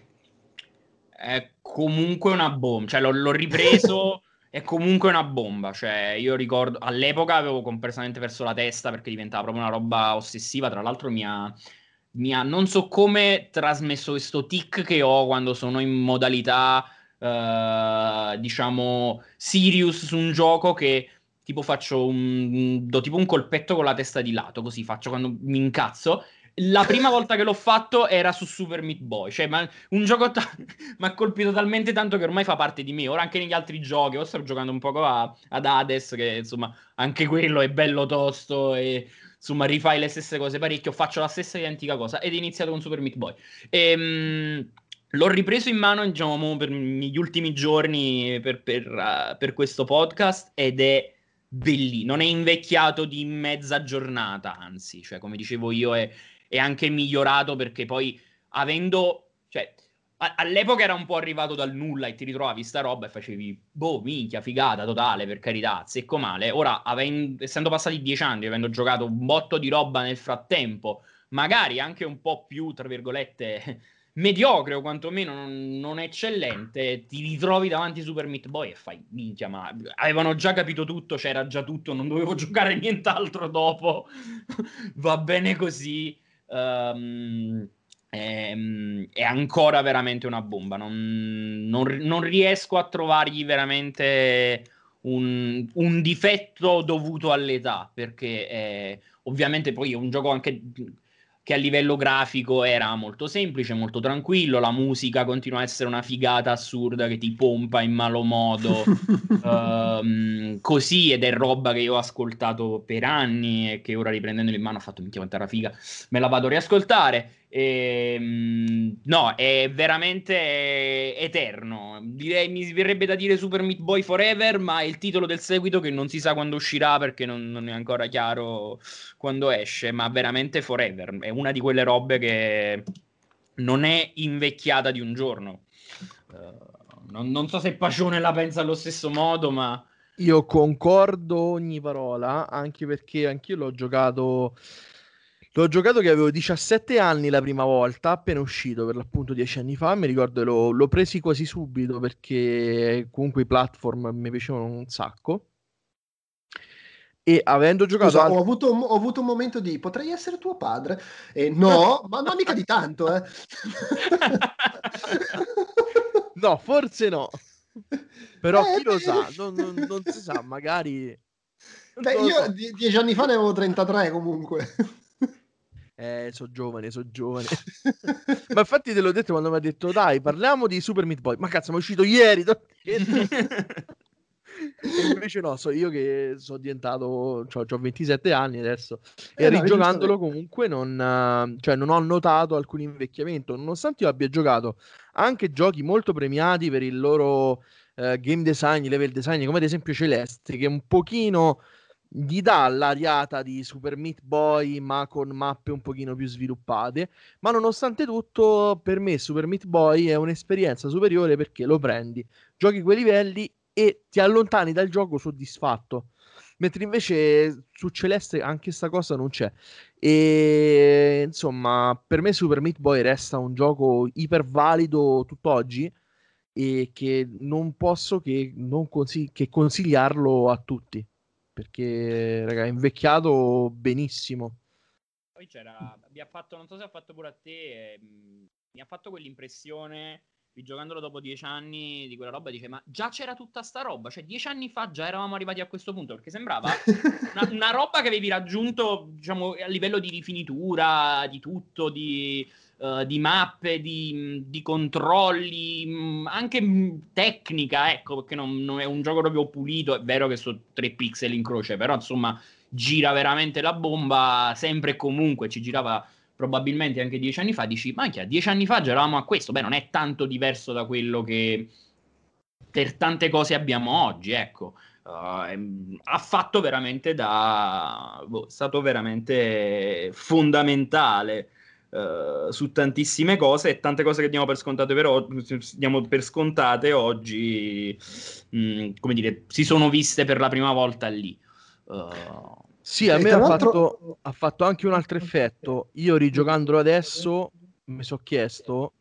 Speaker 2: È comunque una bomba, cioè l'ho, l'ho ripreso, è comunque una bomba, cioè io ricordo, all'epoca avevo completamente perso la testa perché diventava proprio una roba ossessiva, tra l'altro mi ha, mi ha non so come trasmesso questo tic che ho quando sono in modalità, eh, diciamo, serious su un gioco che tipo faccio un, do tipo un colpetto con la testa di lato, così faccio quando mi incazzo. La prima volta che l'ho fatto era su Super Meat Boy, cioè ma un gioco ta- mi ha colpito talmente tanto che ormai fa parte di me. Ora anche negli altri giochi, ora sto giocando un poco a, ad Hades, che insomma anche quello è bello tosto e insomma rifai le stesse cose parecchio, faccio la stessa identica cosa ed è iniziato con Super Meat Boy. E, l'ho ripreso in mano, diciamo, per gli ultimi giorni per, per, uh, per questo podcast ed è bellissimo. Non è invecchiato di mezza giornata, anzi, cioè come dicevo io è è anche migliorato perché poi avendo, cioè, a- all'epoca era un po' arrivato dal nulla e ti ritrovavi sta roba e facevi, boh, minchia, figata totale, per carità, secco male. Ora, avendo, essendo passati dieci anni, avendo giocato un botto di roba nel frattempo, magari anche un po' più, tra virgolette, mediocre o quantomeno non, non eccellente, ti ritrovi davanti Super Meat Boy e fai, minchia, ma avevano già capito tutto, c'era già tutto, non dovevo giocare nient'altro dopo, va bene così. Um, è, è ancora veramente una bomba. Non, non, non riesco a trovargli veramente un, un difetto dovuto all'età, perché è, ovviamente poi è un gioco anche che a livello grafico era molto semplice, molto tranquillo, la musica continua a essere una figata assurda che ti pompa in malo modo. Um, così ed è roba che io ho ascoltato per anni e che ora riprendendolo in mano ho fatto minchia quanta era figa, me la vado a riascoltare e, um, no, è veramente eterno, direi, mi verrebbe da dire Super Meat Boy Forever, ma è il titolo del seguito che non si sa quando uscirà perché non, non è ancora chiaro quando esce, ma veramente Forever è una di quelle robe che non è invecchiata di un giorno. uh, non, non so se Pacione la pensa allo stesso modo, ma
Speaker 3: Io concordo ogni parola, anche perché anch'io l'ho giocato. L'ho giocato che avevo diciassette anni la prima volta, appena uscito, per l'appunto dieci anni fa. Mi ricordo che l'ho, l'ho presi quasi subito perché comunque i platform mi piacevano un sacco. E avendo giocato
Speaker 1: Scusa,
Speaker 3: al-
Speaker 1: ho avuto, un- ho avuto un momento di potrei essere tuo padre? E no, ma non mica di tanto, eh.
Speaker 3: No, forse no. Però
Speaker 1: Eh,
Speaker 3: chi lo
Speaker 1: beh.
Speaker 3: sa, non, non- non si sa, magari.
Speaker 1: Beh,
Speaker 3: Non lo
Speaker 1: io
Speaker 3: so.
Speaker 1: die- dieci anni fa ne avevo trentatré comunque.
Speaker 3: Eh, so giovane, so giovane. Ma infatti te l'ho detto quando mi ha detto, dai, parliamo di Super Meat Boy. Ma cazzo, mi è uscito ieri. te l'ho detto. E invece no, so io che sono diventato, ho ventisette anni adesso, e
Speaker 1: Eh no,
Speaker 3: rigiocandolo
Speaker 1: giustamente.
Speaker 3: comunque non, eh, cioè non ho notato alcun invecchiamento, nonostante io abbia giocato anche giochi molto premiati per il loro eh, game design, level design, come ad esempio Celeste, che un pochino gli dà l'ariata di Super Meat Boy, ma con mappe un pochino più sviluppate. Ma nonostante tutto, per me Super Meat Boy è un'esperienza superiore perché lo prendi, giochi quei livelli e ti allontani dal gioco soddisfatto. Mentre invece su Celeste anche sta cosa non c'è. E insomma, per me Super Meat Boy resta un gioco iper valido tutt'oggi e che non posso che, non consigli- che consigliarlo a tutti. Perché, raga, è invecchiato benissimo.
Speaker 2: Poi c'era, mi ha fatto, non so se ha fatto pure a te, ehm, mi ha fatto quell'impressione, rigiocandolo dopo dieci anni di quella roba, dice, ma già c'era tutta sta roba, cioè dieci anni fa già eravamo arrivati a questo punto, perché sembrava una, una roba che avevi raggiunto, diciamo, a livello di rifinitura, di tutto, di, eh, di mappe, di, di controlli, mh, anche mh, tecnica, ecco, perché non, non è un gioco proprio pulito, è vero che sono tre pixel in croce, però insomma gira veramente la bomba, sempre e comunque ci girava probabilmente anche dieci anni fa, dici, minchia, dieci anni fa già eravamo a questo, beh, non è tanto diverso da quello che per tante cose abbiamo oggi, ecco. Uh, ha fatto veramente da... Boh, è stato veramente fondamentale uh, su tantissime cose e tante cose che diamo per scontate, però, diamo per scontate oggi, mh, come dire, si sono viste per la prima volta lì. Uh,
Speaker 3: Sì, a
Speaker 1: E
Speaker 3: me
Speaker 1: tra
Speaker 3: ha
Speaker 1: l'altro,
Speaker 3: fatto, ha fatto anche un altro effetto. Io rigiocandolo adesso mi sono chiesto,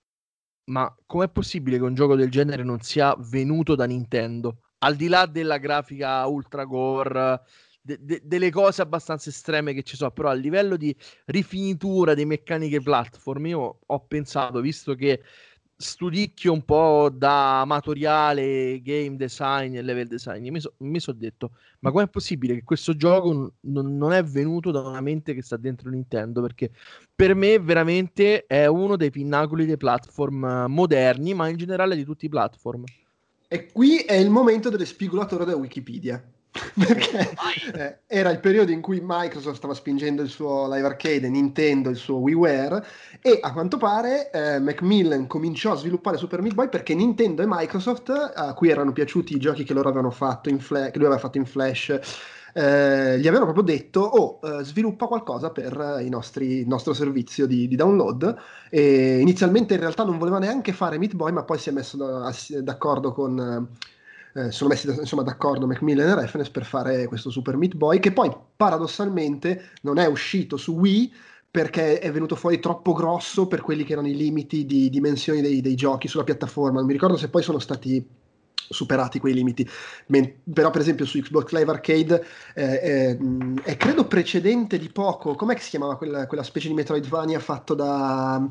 Speaker 3: ma com'è possibile che un gioco del genere non sia venuto da Nintendo? Al di là della grafica ultra gore, de- de- delle cose abbastanza estreme che ci sono, però a livello di rifinitura di meccaniche platform, io ho pensato, visto che studicchio un po' da amatoriale, game design e level design, mi, so- mi sono detto, ma com'è possibile che questo gioco n- non non è venuto da una mente che sta dentro Nintendo? Perché per me veramente è uno dei pinnacoli dei platform eh, moderni, ma in generale di tutti i platform.
Speaker 1: e qui è il momento dello spigolatore da Wikipedia.
Speaker 2: oh,
Speaker 1: Perché
Speaker 2: vai!
Speaker 1: eh, era il periodo in cui Microsoft stava spingendo il suo Live Arcade, Nintendo il suo WiiWare, e a quanto pare eh, Macmillan cominciò a sviluppare Super Meat Boy perché Nintendo e Microsoft, a cui erano piaciuti i giochi che loro avevano fatto in Flash, che lui aveva fatto in Flash, eh, gli avevano proprio detto: oh, eh, sviluppa qualcosa per i nostri- il nostro servizio di, di download. E inizialmente in realtà non voleva neanche fare Meat Boy, ma poi si è messo da- ass- d'accordo con... eh, sono messi insomma d'accordo Macmillan e Reference per fare questo Super Meat Boy, che poi paradossalmente non è uscito su Wii perché è venuto fuori troppo grosso per quelli che erano i limiti di dimensioni dei, dei giochi sulla piattaforma. Non mi ricordo se poi sono stati superati quei limiti. Men- però per esempio su Xbox Live Arcade eh, è, mh, è credo precedente di poco. Com'è che si chiamava quella, quella specie di Metroidvania fatto da,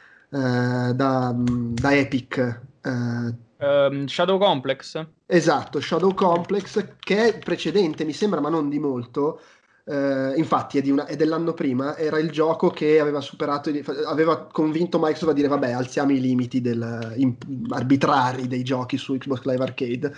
Speaker 1: eh, da, mh, da Epic? Eh,
Speaker 2: Um, Shadow Complex?
Speaker 1: esatto, Shadow Complex, che è precedente, mi sembra, ma non di molto. Eh, infatti è, di una- è dell'anno prima, era il gioco che aveva superato, i- aveva convinto Microsoft a dire vabbè, alziamo i limiti del- in- arbitrari dei giochi su Xbox Live Arcade.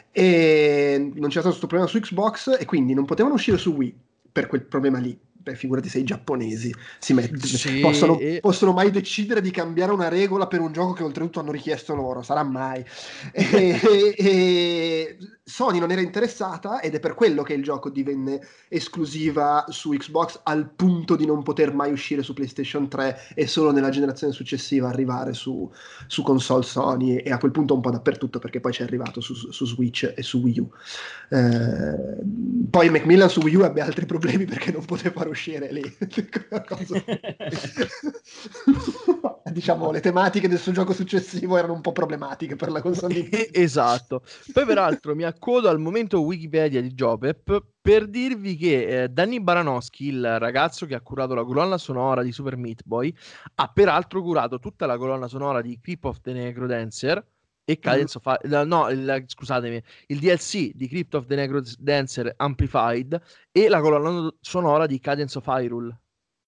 Speaker 1: E non c'era stato questo problema su Xbox e quindi non potevano uscire su Wii per quel problema lì. Beh, figurati se i giapponesi si met-
Speaker 3: Sì,
Speaker 1: possono,
Speaker 3: e
Speaker 1: possono mai decidere di cambiare una regola per un gioco che oltretutto hanno richiesto loro, sarà mai. E, e- e Sony non era interessata ed è per quello che il gioco divenne esclusiva su Xbox al punto di non poter mai uscire su PlayStation tre e solo nella generazione successiva arrivare su, su console Sony e a quel punto un po' dappertutto perché poi ci è arrivato su, su Switch e su Wii U. Eh, poi Macmillan su Wii U ebbe altri problemi perché non poteva far uscire lì. Cosa- diciamo, le tematiche del suo gioco successivo erano un po' problematiche per la console Nintendo.
Speaker 3: esatto. Poi peraltro mi accodo al momento Wikipedia di Jopep per dirvi che eh, Danny Baranowski, il ragazzo che ha curato la colonna sonora di Super Meat Boy, ha peraltro curato tutta la colonna sonora di Creep of the Necrodancer e
Speaker 1: Mm.
Speaker 3: Cadence of Hi- no, no, il- scusatemi, il D L C di Crypt of the Necrodancer Amplified e la colonna sonora di Cadence of Hyrule.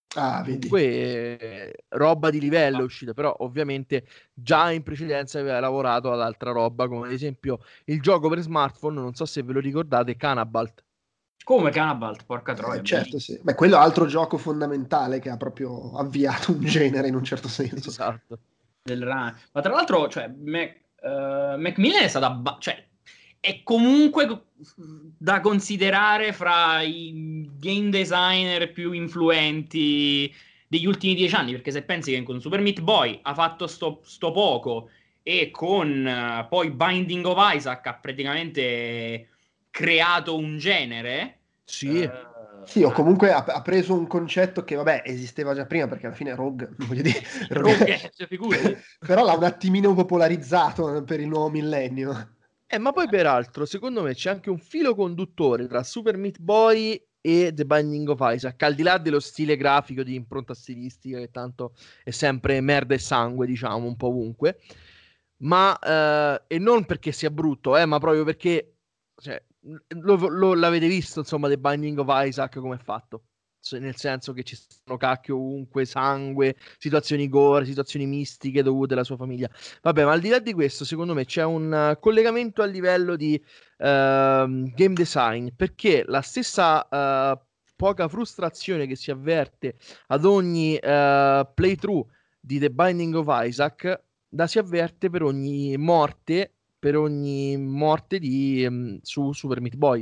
Speaker 1: Ah, vedi.
Speaker 3: Comunque eh, roba di livello è uscita, però ovviamente già in precedenza aveva lavorato ad altra roba, come ad esempio il gioco per smartphone, non so se ve lo ricordate, Canabalt.
Speaker 2: Come Canabalt, porca
Speaker 1: Eh,
Speaker 2: troia,
Speaker 1: certo,
Speaker 2: bellissimo.
Speaker 1: sì. Beh, quello è altro gioco fondamentale che ha proprio avviato un genere in un certo senso.
Speaker 3: Esatto.
Speaker 2: Del run. Ma tra l'altro, cioè, Mac, uh, Macmillan è stata... Ba- cioè, è comunque da considerare fra i game designer più influenti degli ultimi dieci anni, perché se pensi che con Super Meat Boy ha fatto sto, sto poco e con uh, poi Binding of Isaac ha praticamente creato un genere.
Speaker 3: Sì.
Speaker 2: uh,
Speaker 1: Sì, o
Speaker 2: ah,
Speaker 1: comunque ha, ha preso un concetto che, vabbè, esisteva già prima, perché alla fine Rogue, voglio dire,
Speaker 2: Rogue, cioè, figurati.
Speaker 1: però l'ha un attimino popolarizzato per il nuovo millennio.
Speaker 3: Eh, ma poi peraltro, secondo me c'è anche un filo conduttore tra Super Meat Boy e The Binding of Isaac, al di là dello stile grafico di impronta stilistica, che tanto è sempre merda e sangue, diciamo, un po' ovunque. Ma, eh, e non perché sia brutto, eh, ma proprio perché, cioè, lo, lo- l'avete visto, insomma, The Binding of Isaac come è fatto. Se- Nel senso che ci sono cacchio ovunque, sangue, situazioni gore, situazioni mistiche dovute alla sua famiglia. Vabbè, ma al di là di questo, secondo me c'è un uh, collegamento a livello di ehm, game design, perché la stessa uh, poca frustrazione che si avverte ad ogni uh, playthrough di The Binding of Isaac la si avverte per ogni morte, per ogni morte di, um, su Super Meat Boy.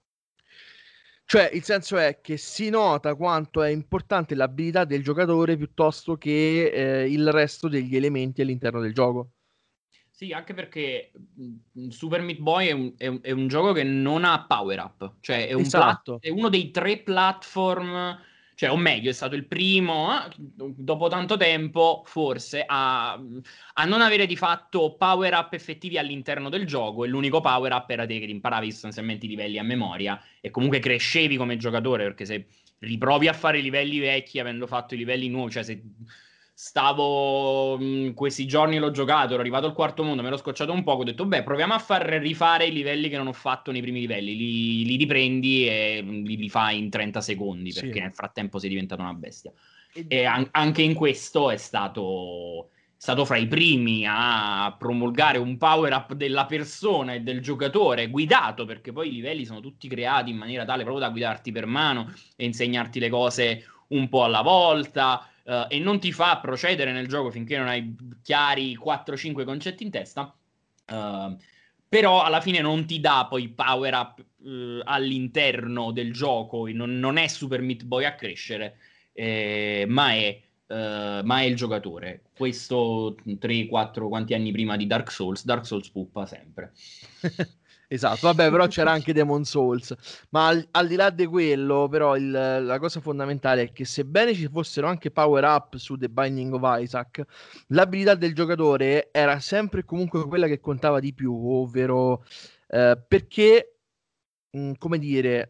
Speaker 3: Cioè, il senso è che si nota quanto è importante l'abilità del giocatore piuttosto che eh, il resto degli elementi all'interno del gioco.
Speaker 2: Sì, anche perché mh, Super Meat Boy è un, è un- è un gioco che non ha power up, cioè è, un plat-
Speaker 3: Esatto.
Speaker 2: è uno dei tre platform, cioè o meglio, è stato il primo, eh, dopo tanto tempo, forse, a, a non avere di fatto power up effettivi all'interno del gioco e l'unico power up era te che ti imparavi sostanzialmente i livelli a memoria e comunque crescevi come giocatore, perché se riprovi a fare i livelli vecchi avendo fatto i livelli nuovi, cioè se stavo mh, questi giorni l'ho giocato, ero arrivato al quarto mondo, me l'ho scocciato un po', ho detto beh, proviamo a far rifare i livelli che non ho fatto nei primi livelli, li, li riprendi e li rifai in trenta secondi,
Speaker 3: Sì.
Speaker 2: perché nel frattempo sei diventato una bestia.
Speaker 3: E-
Speaker 2: E an- anche in questo è stato, è stato fra i primi a promulgare un power up della persona e del giocatore guidato, perché poi i livelli sono tutti creati in maniera tale proprio da guidarti per mano e insegnarti le cose un po' alla volta. Uh, e non ti fa procedere nel gioco finché non hai chiari quattro cinque concetti in testa. Uh, però alla fine non ti dà poi power up uh, all'interno del gioco, non, non è Super Meat Boy a crescere, eh, ma, è, uh, ma è il giocatore. Questo tre quattro quanti anni prima di Dark Souls, Dark Souls puppa sempre.
Speaker 3: Esatto, vabbè, però c'era anche Demon Souls. Ma al, al di là di quello, però, il- la cosa fondamentale è che sebbene ci fossero anche power up su The Binding of Isaac, l'abilità del giocatore era sempre e comunque quella che contava di più, ovvero eh, perché, mh, come dire,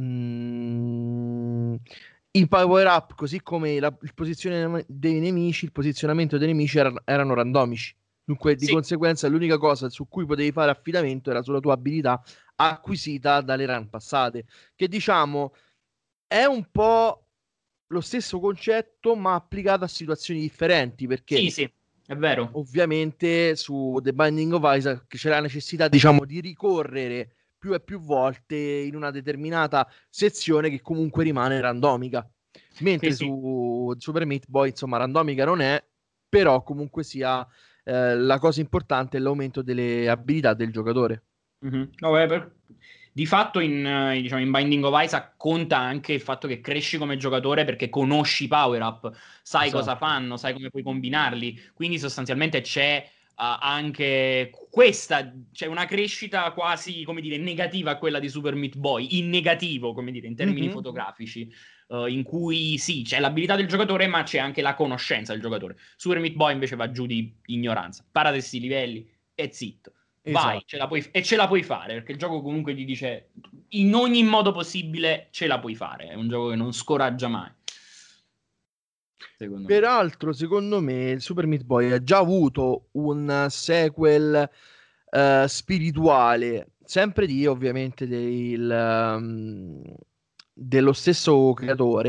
Speaker 3: mh, il power up, così come la- il posizionamento dei nemici, il posizionamento dei nemici era- erano randomici. Dunque, di
Speaker 2: Sì,
Speaker 3: conseguenza, l'unica cosa su cui potevi fare affidamento era sulla tua abilità acquisita dalle run passate, che diciamo è un po' lo stesso concetto, ma applicato a situazioni differenti, perché
Speaker 2: sì, sì, è vero.
Speaker 3: ovviamente su The Binding of Isaac c'è la necessità, diciamo, di ricorrere più e più volte in una determinata sezione che comunque rimane randomica.
Speaker 2: Sì,
Speaker 3: Mentre
Speaker 2: sì.
Speaker 3: su Super Meat Boy, insomma, randomica non è, però comunque sia eh, la cosa importante è l'aumento delle abilità del giocatore.
Speaker 2: Mhm. No, beh, per- Di fatto in, eh, diciamo, in Binding of Isaac conta anche il fatto che cresci come giocatore perché conosci i power-up, sai cosa
Speaker 3: Esatto.
Speaker 2: fanno, sai come puoi combinarli, quindi sostanzialmente c'è eh, anche questa, c'è una crescita quasi, come dire, negativa a quella di Super Meat Boy, in negativo, come dire, in termini
Speaker 3: Mhm.
Speaker 2: fotografici, eh, in cui sì, c'è l'abilità del giocatore, ma c'è anche la conoscenza del giocatore. Super Meat Boy invece va giù di ignoranza, para questi livelli e zitto. Vai, ce
Speaker 3: Esatto.
Speaker 2: la puoi, e ce la puoi fare, perché il gioco comunque ti dice in ogni modo possibile ce la puoi fare. È un gioco che non scoraggia mai, secondo me.
Speaker 3: Peraltro, secondo me, Super Meat Boy ha già avuto un sequel eh, spirituale, sempre di ovviamente del, um, dello stesso creatore,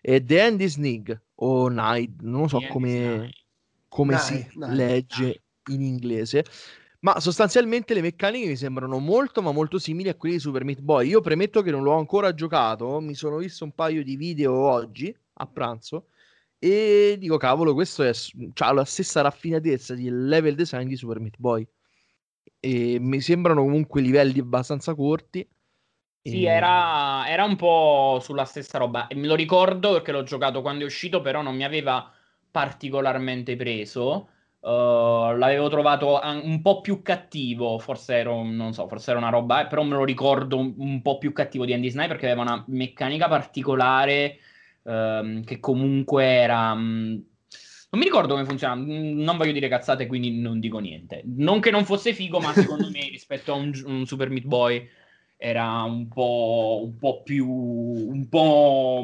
Speaker 3: e The End is Nig o Night, non so
Speaker 2: The End is
Speaker 3: come,
Speaker 2: Night.
Speaker 3: come
Speaker 1: Night,
Speaker 3: si
Speaker 1: Night,
Speaker 3: legge
Speaker 2: Night.
Speaker 3: in inglese, ma sostanzialmente le meccaniche mi sembrano molto ma molto simili a quelle di Super Meat Boy. Io premetto che non l'ho ancora giocato, mi sono visto un paio di video oggi a pranzo e dico cavolo, questo è, ha la stessa raffinatezza di level design di Super Meat Boy e mi sembrano comunque livelli abbastanza corti.
Speaker 2: Sì,
Speaker 3: E...
Speaker 2: era, era un po' sulla stessa roba. E me lo ricordo perché l'ho giocato quando è uscito, però non mi aveva particolarmente preso. Uh, l'avevo trovato an- un po' più cattivo, forse ero, non so, forse era una roba, eh, però me lo ricordo un, un po' più cattivo di Andy Snipe perché aveva una meccanica particolare ehm, che comunque era... mh, non mi ricordo come funziona, mh, non voglio dire cazzate, quindi non dico niente. Non che non fosse figo, ma secondo me rispetto a un, un Super Meat Boy era un po', un po' più, un po',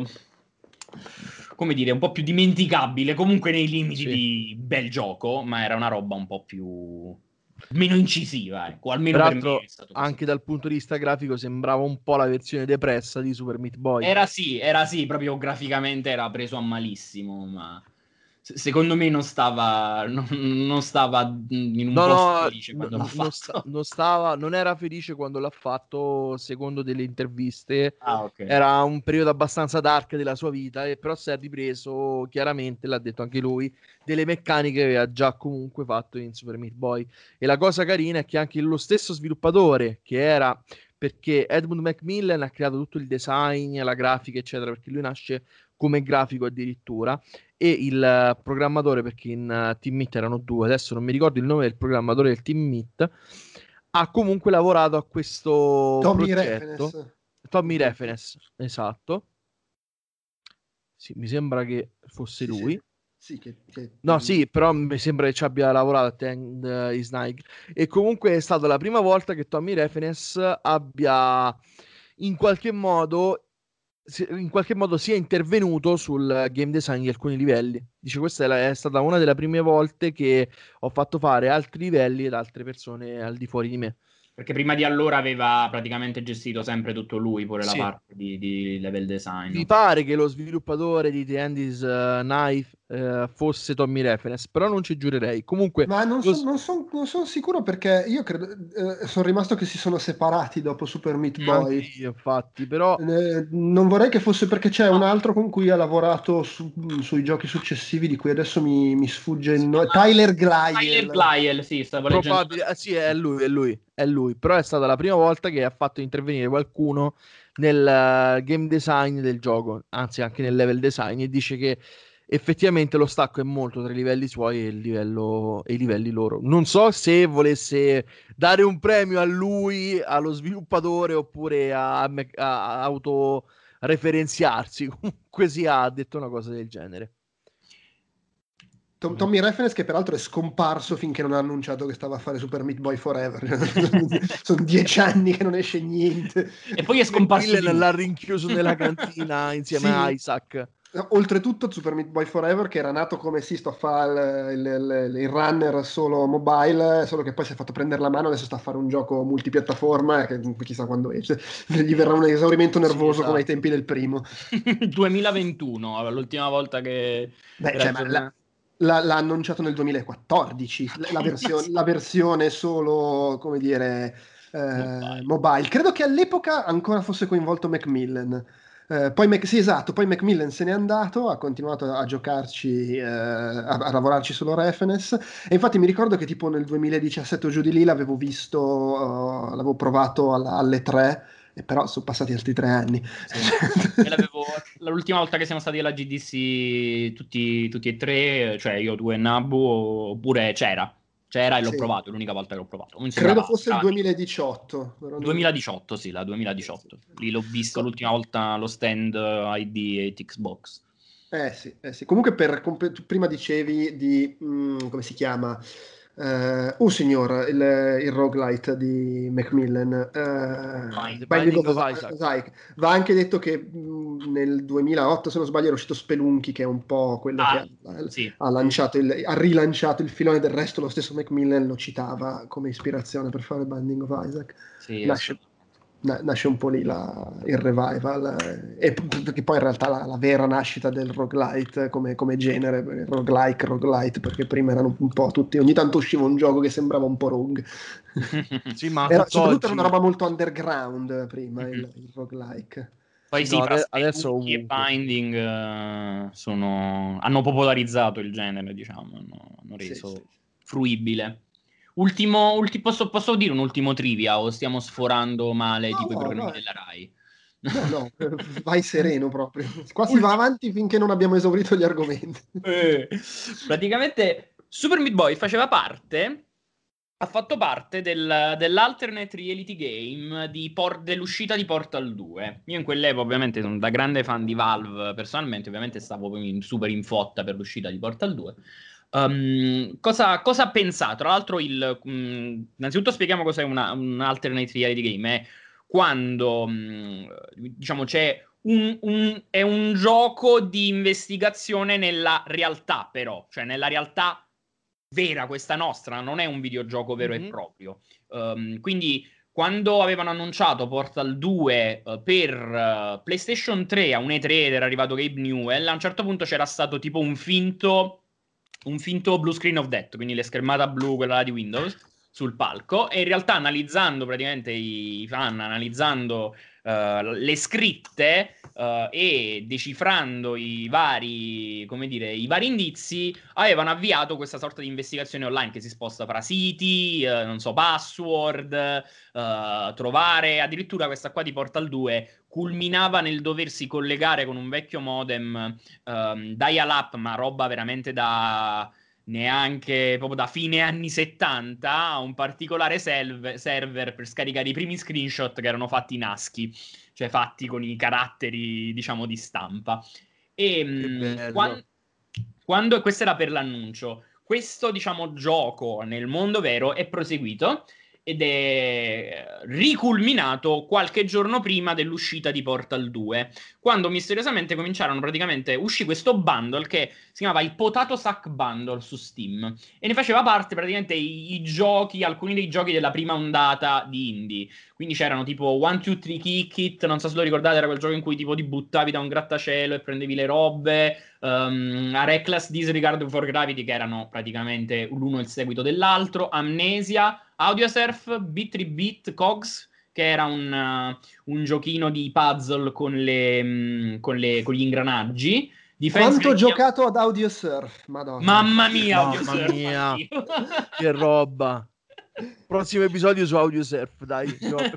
Speaker 2: come dire, un po' più dimenticabile, comunque nei limiti
Speaker 3: Sì.
Speaker 2: di bel gioco, ma era una roba un po' più, meno incisiva, ecco, almeno per me
Speaker 3: Peraltro,
Speaker 2: è stato così.
Speaker 3: anche dal punto di vista grafico, sembrava un po' la versione depressa di Super Meat Boy.
Speaker 2: Era sì, era sì, proprio graficamente era preso a malissimo, ma se- secondo me non stava, non, non stava in un
Speaker 3: No,
Speaker 2: posto
Speaker 3: no,
Speaker 2: felice
Speaker 3: no,
Speaker 2: quando l'ha
Speaker 3: non, sta-
Speaker 2: fatto.
Speaker 3: non stava, non era felice quando l'ha fatto, secondo delle interviste.
Speaker 2: Ah, ok.
Speaker 3: Era un periodo abbastanza dark della sua vita, e però si è ripreso, chiaramente, l'ha detto anche lui, delle meccaniche che aveva già comunque fatto in Super Meat Boy. E la cosa carina è che anche lo stesso sviluppatore, che era, perché Edmund Macmillan ha creato tutto il design, la grafica, eccetera, perché lui nasce come grafico addirittura, e il eh, programmatore, perché in uh, Team Meat erano due, adesso non mi ricordo il nome del programmatore del Team Meat, ha comunque lavorato a questo
Speaker 1: Tommy
Speaker 3: progetto.
Speaker 1: Reference.
Speaker 3: Tommy Reference, esatto. Sì, mi sembra che fosse
Speaker 1: Sì, sì,
Speaker 3: lui.
Speaker 1: sì, che, che-
Speaker 3: No, sì, però mi sembra che ci abbia lavorato a Ten uh, is Nike. E comunque è stata la prima volta che Tommy Reference abbia in qualche modo si- in qualche modo sia intervenuto sul game design di alcuni livelli. Dice, questa è, la- è stata una delle prime volte che ho fatto fare altri livelli ad altre persone al di fuori di me.
Speaker 2: Perché prima di allora aveva praticamente gestito sempre tutto lui, pure la
Speaker 3: Sì.
Speaker 2: parte di, di level design.
Speaker 3: Mi
Speaker 2: Ok.
Speaker 3: pare che lo sviluppatore di The End is uh, Knife eh, fosse Tommy Reference, però non ci giurerei. Comunque,
Speaker 1: Ma non
Speaker 3: lo
Speaker 1: sono
Speaker 3: s-
Speaker 1: non son- non son sicuro perché io credo, eh, sono rimasto che si sono separati dopo Super Meat
Speaker 3: anche
Speaker 1: Boy.
Speaker 3: io, infatti, però
Speaker 1: Eh, non vorrei che fosse perché c'è un
Speaker 2: No,
Speaker 1: altro con cui ha lavorato su- sui giochi successivi di cui adesso mi, mi sfugge il
Speaker 2: si
Speaker 1: nome.
Speaker 2: chiama
Speaker 1: Tyler
Speaker 2: Tyler
Speaker 1: Glyle.
Speaker 2: Glyle, sì, stavo leggendo.
Speaker 3: probabile, ah, sì, è lui, è lui, è lui. Però è stata la prima volta che ha fatto intervenire qualcuno nel eh, game design del gioco, anzi anche nel level design, e dice che effettivamente lo stacco è molto tra i livelli suoi e, il livello, e i livelli loro. Non so se volesse dare un premio a lui, allo sviluppatore, oppure a, a, a autoreferenziarsi. Comunque sia, ha detto una cosa del genere.
Speaker 1: Tom- Tommy Reference che peraltro è scomparso finché non ha annunciato che stava a fare Super Meat Boy Forever. Sono dieci anni che non esce niente.
Speaker 2: E poi è scomparso di
Speaker 3: McMillan l'ha
Speaker 2: nuovo.
Speaker 3: rinchiuso nella cantina insieme a
Speaker 1: Sì,
Speaker 3: Isaac.
Speaker 1: oltretutto Super Meat Boy Forever che era nato come si sto a fare il, il- il- il runner solo mobile, solo che poi si è fatto prendere la mano, adesso sta a fare un gioco multipiattaforma che chissà quando esce. Gli verrà un esaurimento
Speaker 3: Sì,
Speaker 1: nervoso come ai
Speaker 3: esatto.
Speaker 1: tempi del primo.
Speaker 2: duemilaventuno, l'ultima volta che
Speaker 1: Beh,
Speaker 2: era
Speaker 1: cioè, ma la-
Speaker 2: aggiornato.
Speaker 1: la- l'ha annunciato nel duemilaquattordici, la, la
Speaker 2: Ma
Speaker 1: versione,
Speaker 2: sì,
Speaker 1: la versione solo, come dire, eh,
Speaker 2: mobile.
Speaker 1: mobile. Credo che all'epoca ancora fosse coinvolto Macmillan. Eh, poi, Mac- sì, esatto, poi Macmillan se n'è andato, ha continuato a giocarci, eh, a, a lavorarci solo Reference. E infatti mi ricordo che tipo nel duemiladiciassette o giù di lì l'avevo visto, eh, l'avevo provato alla- alle tre, e però sono passati altri tre anni.
Speaker 2: Sì. Io l'avevo l'ultima volta che siamo stati alla G D C tutti, tutti e tre, cioè io, tu e Nabu, oppure c'era. C'era e l'ho
Speaker 1: Sì.
Speaker 2: provato, l'unica volta che l'ho provato. Mi
Speaker 1: Credo
Speaker 2: sembrava,
Speaker 1: fosse il
Speaker 2: sembrava figo.
Speaker 1: duemiladiciotto, però non-
Speaker 2: duemiladiciotto, sì, la
Speaker 1: Sì, sì.
Speaker 2: duemiladiciotto. Lì l'ho visto
Speaker 1: Co-
Speaker 2: l'ultima volta allo stand eh, I D e Xbox.
Speaker 1: Eh sì, eh sì. Comunque per, comp- tu prima dicevi di, mm, come si chiama? Eh, oh signor, il, il roguelite di Macmillan, eh,
Speaker 3: The
Speaker 1: Binding of
Speaker 3: Binding of
Speaker 1: Isaac.
Speaker 3: Isaac.
Speaker 1: Isaac. Va anche detto che mm, nel duemilaotto, se non sbaglio, era uscito Spelunky, che è un po' quello che
Speaker 2: Ah,
Speaker 1: ha,
Speaker 2: sì,
Speaker 1: ha lanciato il- ha rilanciato il filone, del resto lo stesso Macmillan lo citava come ispirazione per fare Binding of Isaac.
Speaker 2: sì,
Speaker 1: Nasce,
Speaker 2: assolutamente.
Speaker 1: na- nasce un po' lì la- il revival, eh, e p- perché poi in realtà la, la vera nascita del roguelite come, come genere, perché roguelike, roguelite, perché prima erano un po' tutti, ogni tanto usciva un gioco che sembrava un po' rogue.
Speaker 3: Sì, ma
Speaker 1: Era, soprattutto era
Speaker 3: tutt'oggi...
Speaker 1: una roba molto underground prima, il, il roguelike.
Speaker 2: Poi
Speaker 3: Sì,
Speaker 2: sì,
Speaker 3: no,
Speaker 2: fra
Speaker 3: ade- adesso
Speaker 2: Spelunky e
Speaker 3: ovunque.
Speaker 2: Binding eh, sono... hanno popolarizzato il genere, diciamo, hanno, hanno
Speaker 1: Sì,
Speaker 2: reso
Speaker 1: sì.
Speaker 2: fruibile. Ultimo, ulti- posso, posso dire un ultimo trivia o stiamo sforando male tipo i
Speaker 1: No,
Speaker 2: programmi
Speaker 1: vai.
Speaker 2: della Rai?
Speaker 1: No, no, vai sereno proprio. Qua si va
Speaker 2: Ultimo.
Speaker 1: avanti finché non abbiamo esaurito gli argomenti.
Speaker 2: Eh, praticamente Super Meat Boy faceva parte, ha fatto parte del, dell'alternate reality game di por- dell'uscita di Portal due. Io in quell'epoca ovviamente sono da grande fan di Valve personalmente, ovviamente stavo in- super in fotta per l'uscita di Portal due. Um, cosa, cosa ha pensato? Tra l'altro, il, um, innanzitutto spieghiamo cos'è una, un alternate reality game. È quando um, diciamo c'è un, un, è un gioco di investigazione nella realtà, però, cioè nella realtà vera, questa nostra, non è un videogioco vero
Speaker 3: Mhm.
Speaker 2: e proprio. Um, quindi, quando avevano annunciato Portal due uh, per uh, PlayStation tre a un E tre ed era arrivato Gabe Newell, a un certo punto c'era stato tipo un finto, un finto blue screen of death, quindi le schermata blu, quella di Windows, sul palco, e in realtà analizzando praticamente i fan, analizzando uh, le scritte uh, e decifrando i vari, come dire, i vari indizi, avevano avviato questa sorta di investigazione online che si sposta fra siti, uh, non so, password, uh, trovare, addirittura questa qua di Portal due culminava nel doversi collegare con un vecchio modem um, dial-up, ma roba veramente da neanche proprio da fine anni settanta, a un particolare selve- server per scaricare i primi screenshot che erano fatti in ASCII, cioè fatti con i caratteri, diciamo, di stampa. E
Speaker 3: Che
Speaker 2: mh, quan-
Speaker 3: bello.
Speaker 2: quando, questo era per l'annuncio, questo, diciamo, gioco nel mondo vero è proseguito ed è riculminato qualche giorno prima dell'uscita di Portal due, quando misteriosamente cominciarono praticamente, uscì questo bundle che si chiamava il Potato Sack Bundle su Steam e ne faceva parte praticamente i, i giochi, alcuni dei giochi della prima ondata di indie. Quindi c'erano tipo one two three Kick It, non so se lo ricordate, era quel gioco in cui tipo ti buttavi da un grattacielo e prendevi le robe, um, a Reckless Disregard for Gravity, che erano praticamente l'uno il seguito dell'altro, Amnesia, Audiosurf, Beat tre Beat, Cogs, che era un, uh, un giochino di puzzle con, le, mh, con, le, con gli ingranaggi. Defense
Speaker 1: Quanto ho
Speaker 2: Grid...
Speaker 1: giocato ad Audiosurf, madonna.
Speaker 2: Mamma mia,
Speaker 3: Mamma
Speaker 2: Audiosurf,
Speaker 3: mia,
Speaker 2: anch'io.
Speaker 3: che roba. Prossimo episodio su Audiosurf, dai. Io-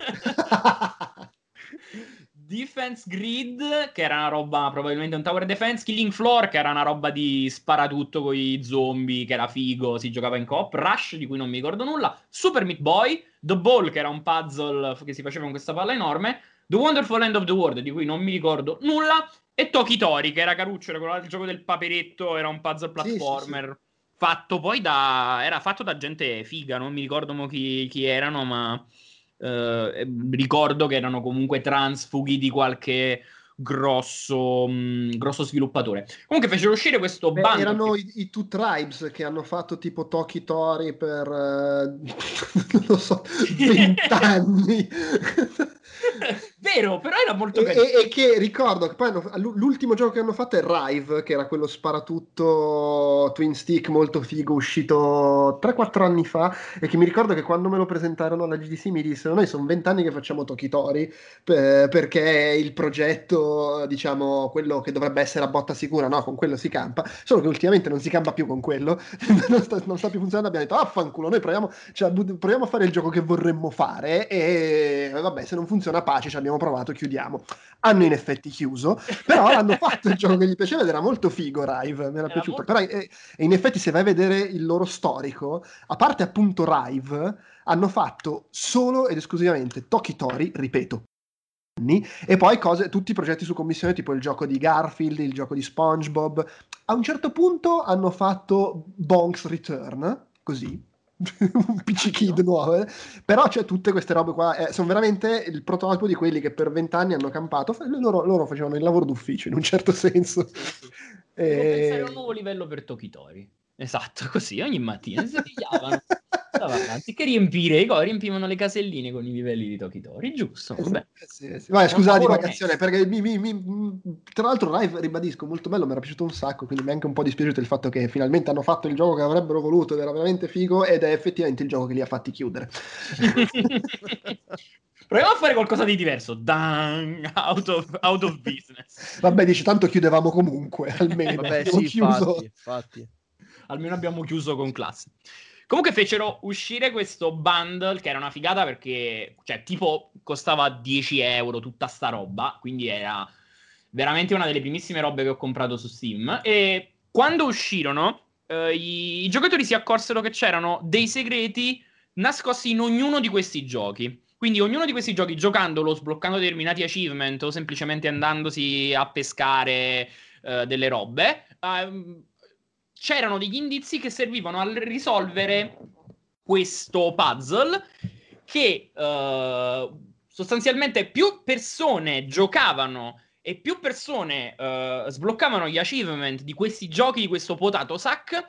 Speaker 2: Defense Grid, che era una roba probabilmente un tower defense. Killing Floor, che era una roba di sparatutto con i zombie, che era figo, si giocava in coop. Rush, di cui non mi ricordo nulla. Super Meat Boy. The Ball, che era un puzzle che si faceva con questa palla enorme. The Wonderful End of the World, di cui non mi ricordo nulla. E Toki Tori, che era caruccio, era quello il gioco del paperetto, era un puzzle
Speaker 1: Sì, sì, sì.
Speaker 2: platformer. Fatto poi da... era fatto da gente figa, non mi ricordo mo chi, chi erano, ma... Eh, ricordo che erano comunque transfughi di qualche grosso, mh, grosso sviluppatore. Comunque fecero uscire questo
Speaker 1: Beh,
Speaker 2: bundle
Speaker 1: erano
Speaker 2: che...
Speaker 1: i, i Two Tribes che hanno fatto tipo Toki Tori per, eh, non lo so, vent'anni.
Speaker 2: Vero, però era molto
Speaker 1: E,
Speaker 2: carino.
Speaker 1: e- e che ricordo che poi hanno- l'u- l'ultimo gioco che hanno fatto è Rive, che era quello sparatutto twin stick molto figo, uscito tre quattro anni fa, e che mi ricordo che quando me lo presentarono alla G D C mi dissero: noi sono vent'anni che facciamo Tokitori, per- perché è il progetto, diciamo, quello che dovrebbe essere a botta sicura, no? Con quello si campa, solo che ultimamente non si campa più con quello, non sta, non sta più funzionando, abbiamo detto: affanculo, noi proviamo, cioè, bu- proviamo a fare il gioco che vorremmo fare, e vabbè, se non funziona pace, ci abbiamo provato, chiudiamo. Hanno in effetti chiuso, però l'hanno fatto il gioco che gli piaceva ed era molto figo. Rive mi era
Speaker 2: Era
Speaker 1: piaciuto,
Speaker 2: molto...
Speaker 1: però eh, e in effetti se vai a vedere il loro storico, a parte appunto Rive, hanno fatto solo ed esclusivamente Toki Tori, ripeto, e poi cose, tutti i progetti su commissione, tipo il gioco di Garfield, il gioco di SpongeBob. A un certo punto hanno fatto Bonk's Return, così, un P C Kid nuovo, eh. Però c'è tutte queste robe qua, eh, sono veramente il prototipo di quelli che per vent'anni hanno campato, loro, loro facevano il lavoro d'ufficio in un certo senso.
Speaker 2: Sì, sì. Devo pensare a un
Speaker 1: E...
Speaker 2: nuovo livello per Tokitori. Esatto, così, ogni mattina si svegliavano. Anziché riempire i co- riempivano le caselline con i livelli di Tokitori, giusto?
Speaker 1: Eh sì,
Speaker 2: Vabbè.
Speaker 1: eh sì, eh sì. Vai,
Speaker 2: Un
Speaker 1: scusa la
Speaker 2: lavoro
Speaker 1: divagazione,
Speaker 2: onesto.
Speaker 1: perché mi, mi- mi- tra l'altro Live, ribadisco, molto bello, mi era piaciuto un sacco, quindi mi è anche un po' dispiaciuto il fatto che finalmente hanno fatto il gioco che avrebbero voluto ed era veramente figo ed è effettivamente il gioco che li ha fatti chiudere.
Speaker 2: Proviamo a fare qualcosa di diverso. Dan, out of, out of business.
Speaker 1: Vabbè, dici, tanto chiudevamo comunque, almeno.
Speaker 3: Vabbè,
Speaker 1: Abbiamo
Speaker 3: sì,
Speaker 1: chiuso.
Speaker 3: infatti, infatti.
Speaker 2: Almeno abbiamo chiuso con classe. Comunque fecero uscire questo bundle che era una figata perché, cioè, tipo, costava dieci euro tutta sta roba, quindi era veramente una delle primissime robe che ho comprato su Steam. E quando uscirono, eh, i, i giocatori si accorsero che c'erano dei segreti nascosti in ognuno di questi giochi. Quindi ognuno di questi giochi, giocandolo, sbloccando determinati achievement o semplicemente andandosi a pescare eh, delle robe, ehm, c'erano degli indizi che servivano a risolvere questo puzzle che eh, sostanzialmente più persone giocavano e più persone eh, sbloccavano gli achievement di questi giochi, di questo potato sack,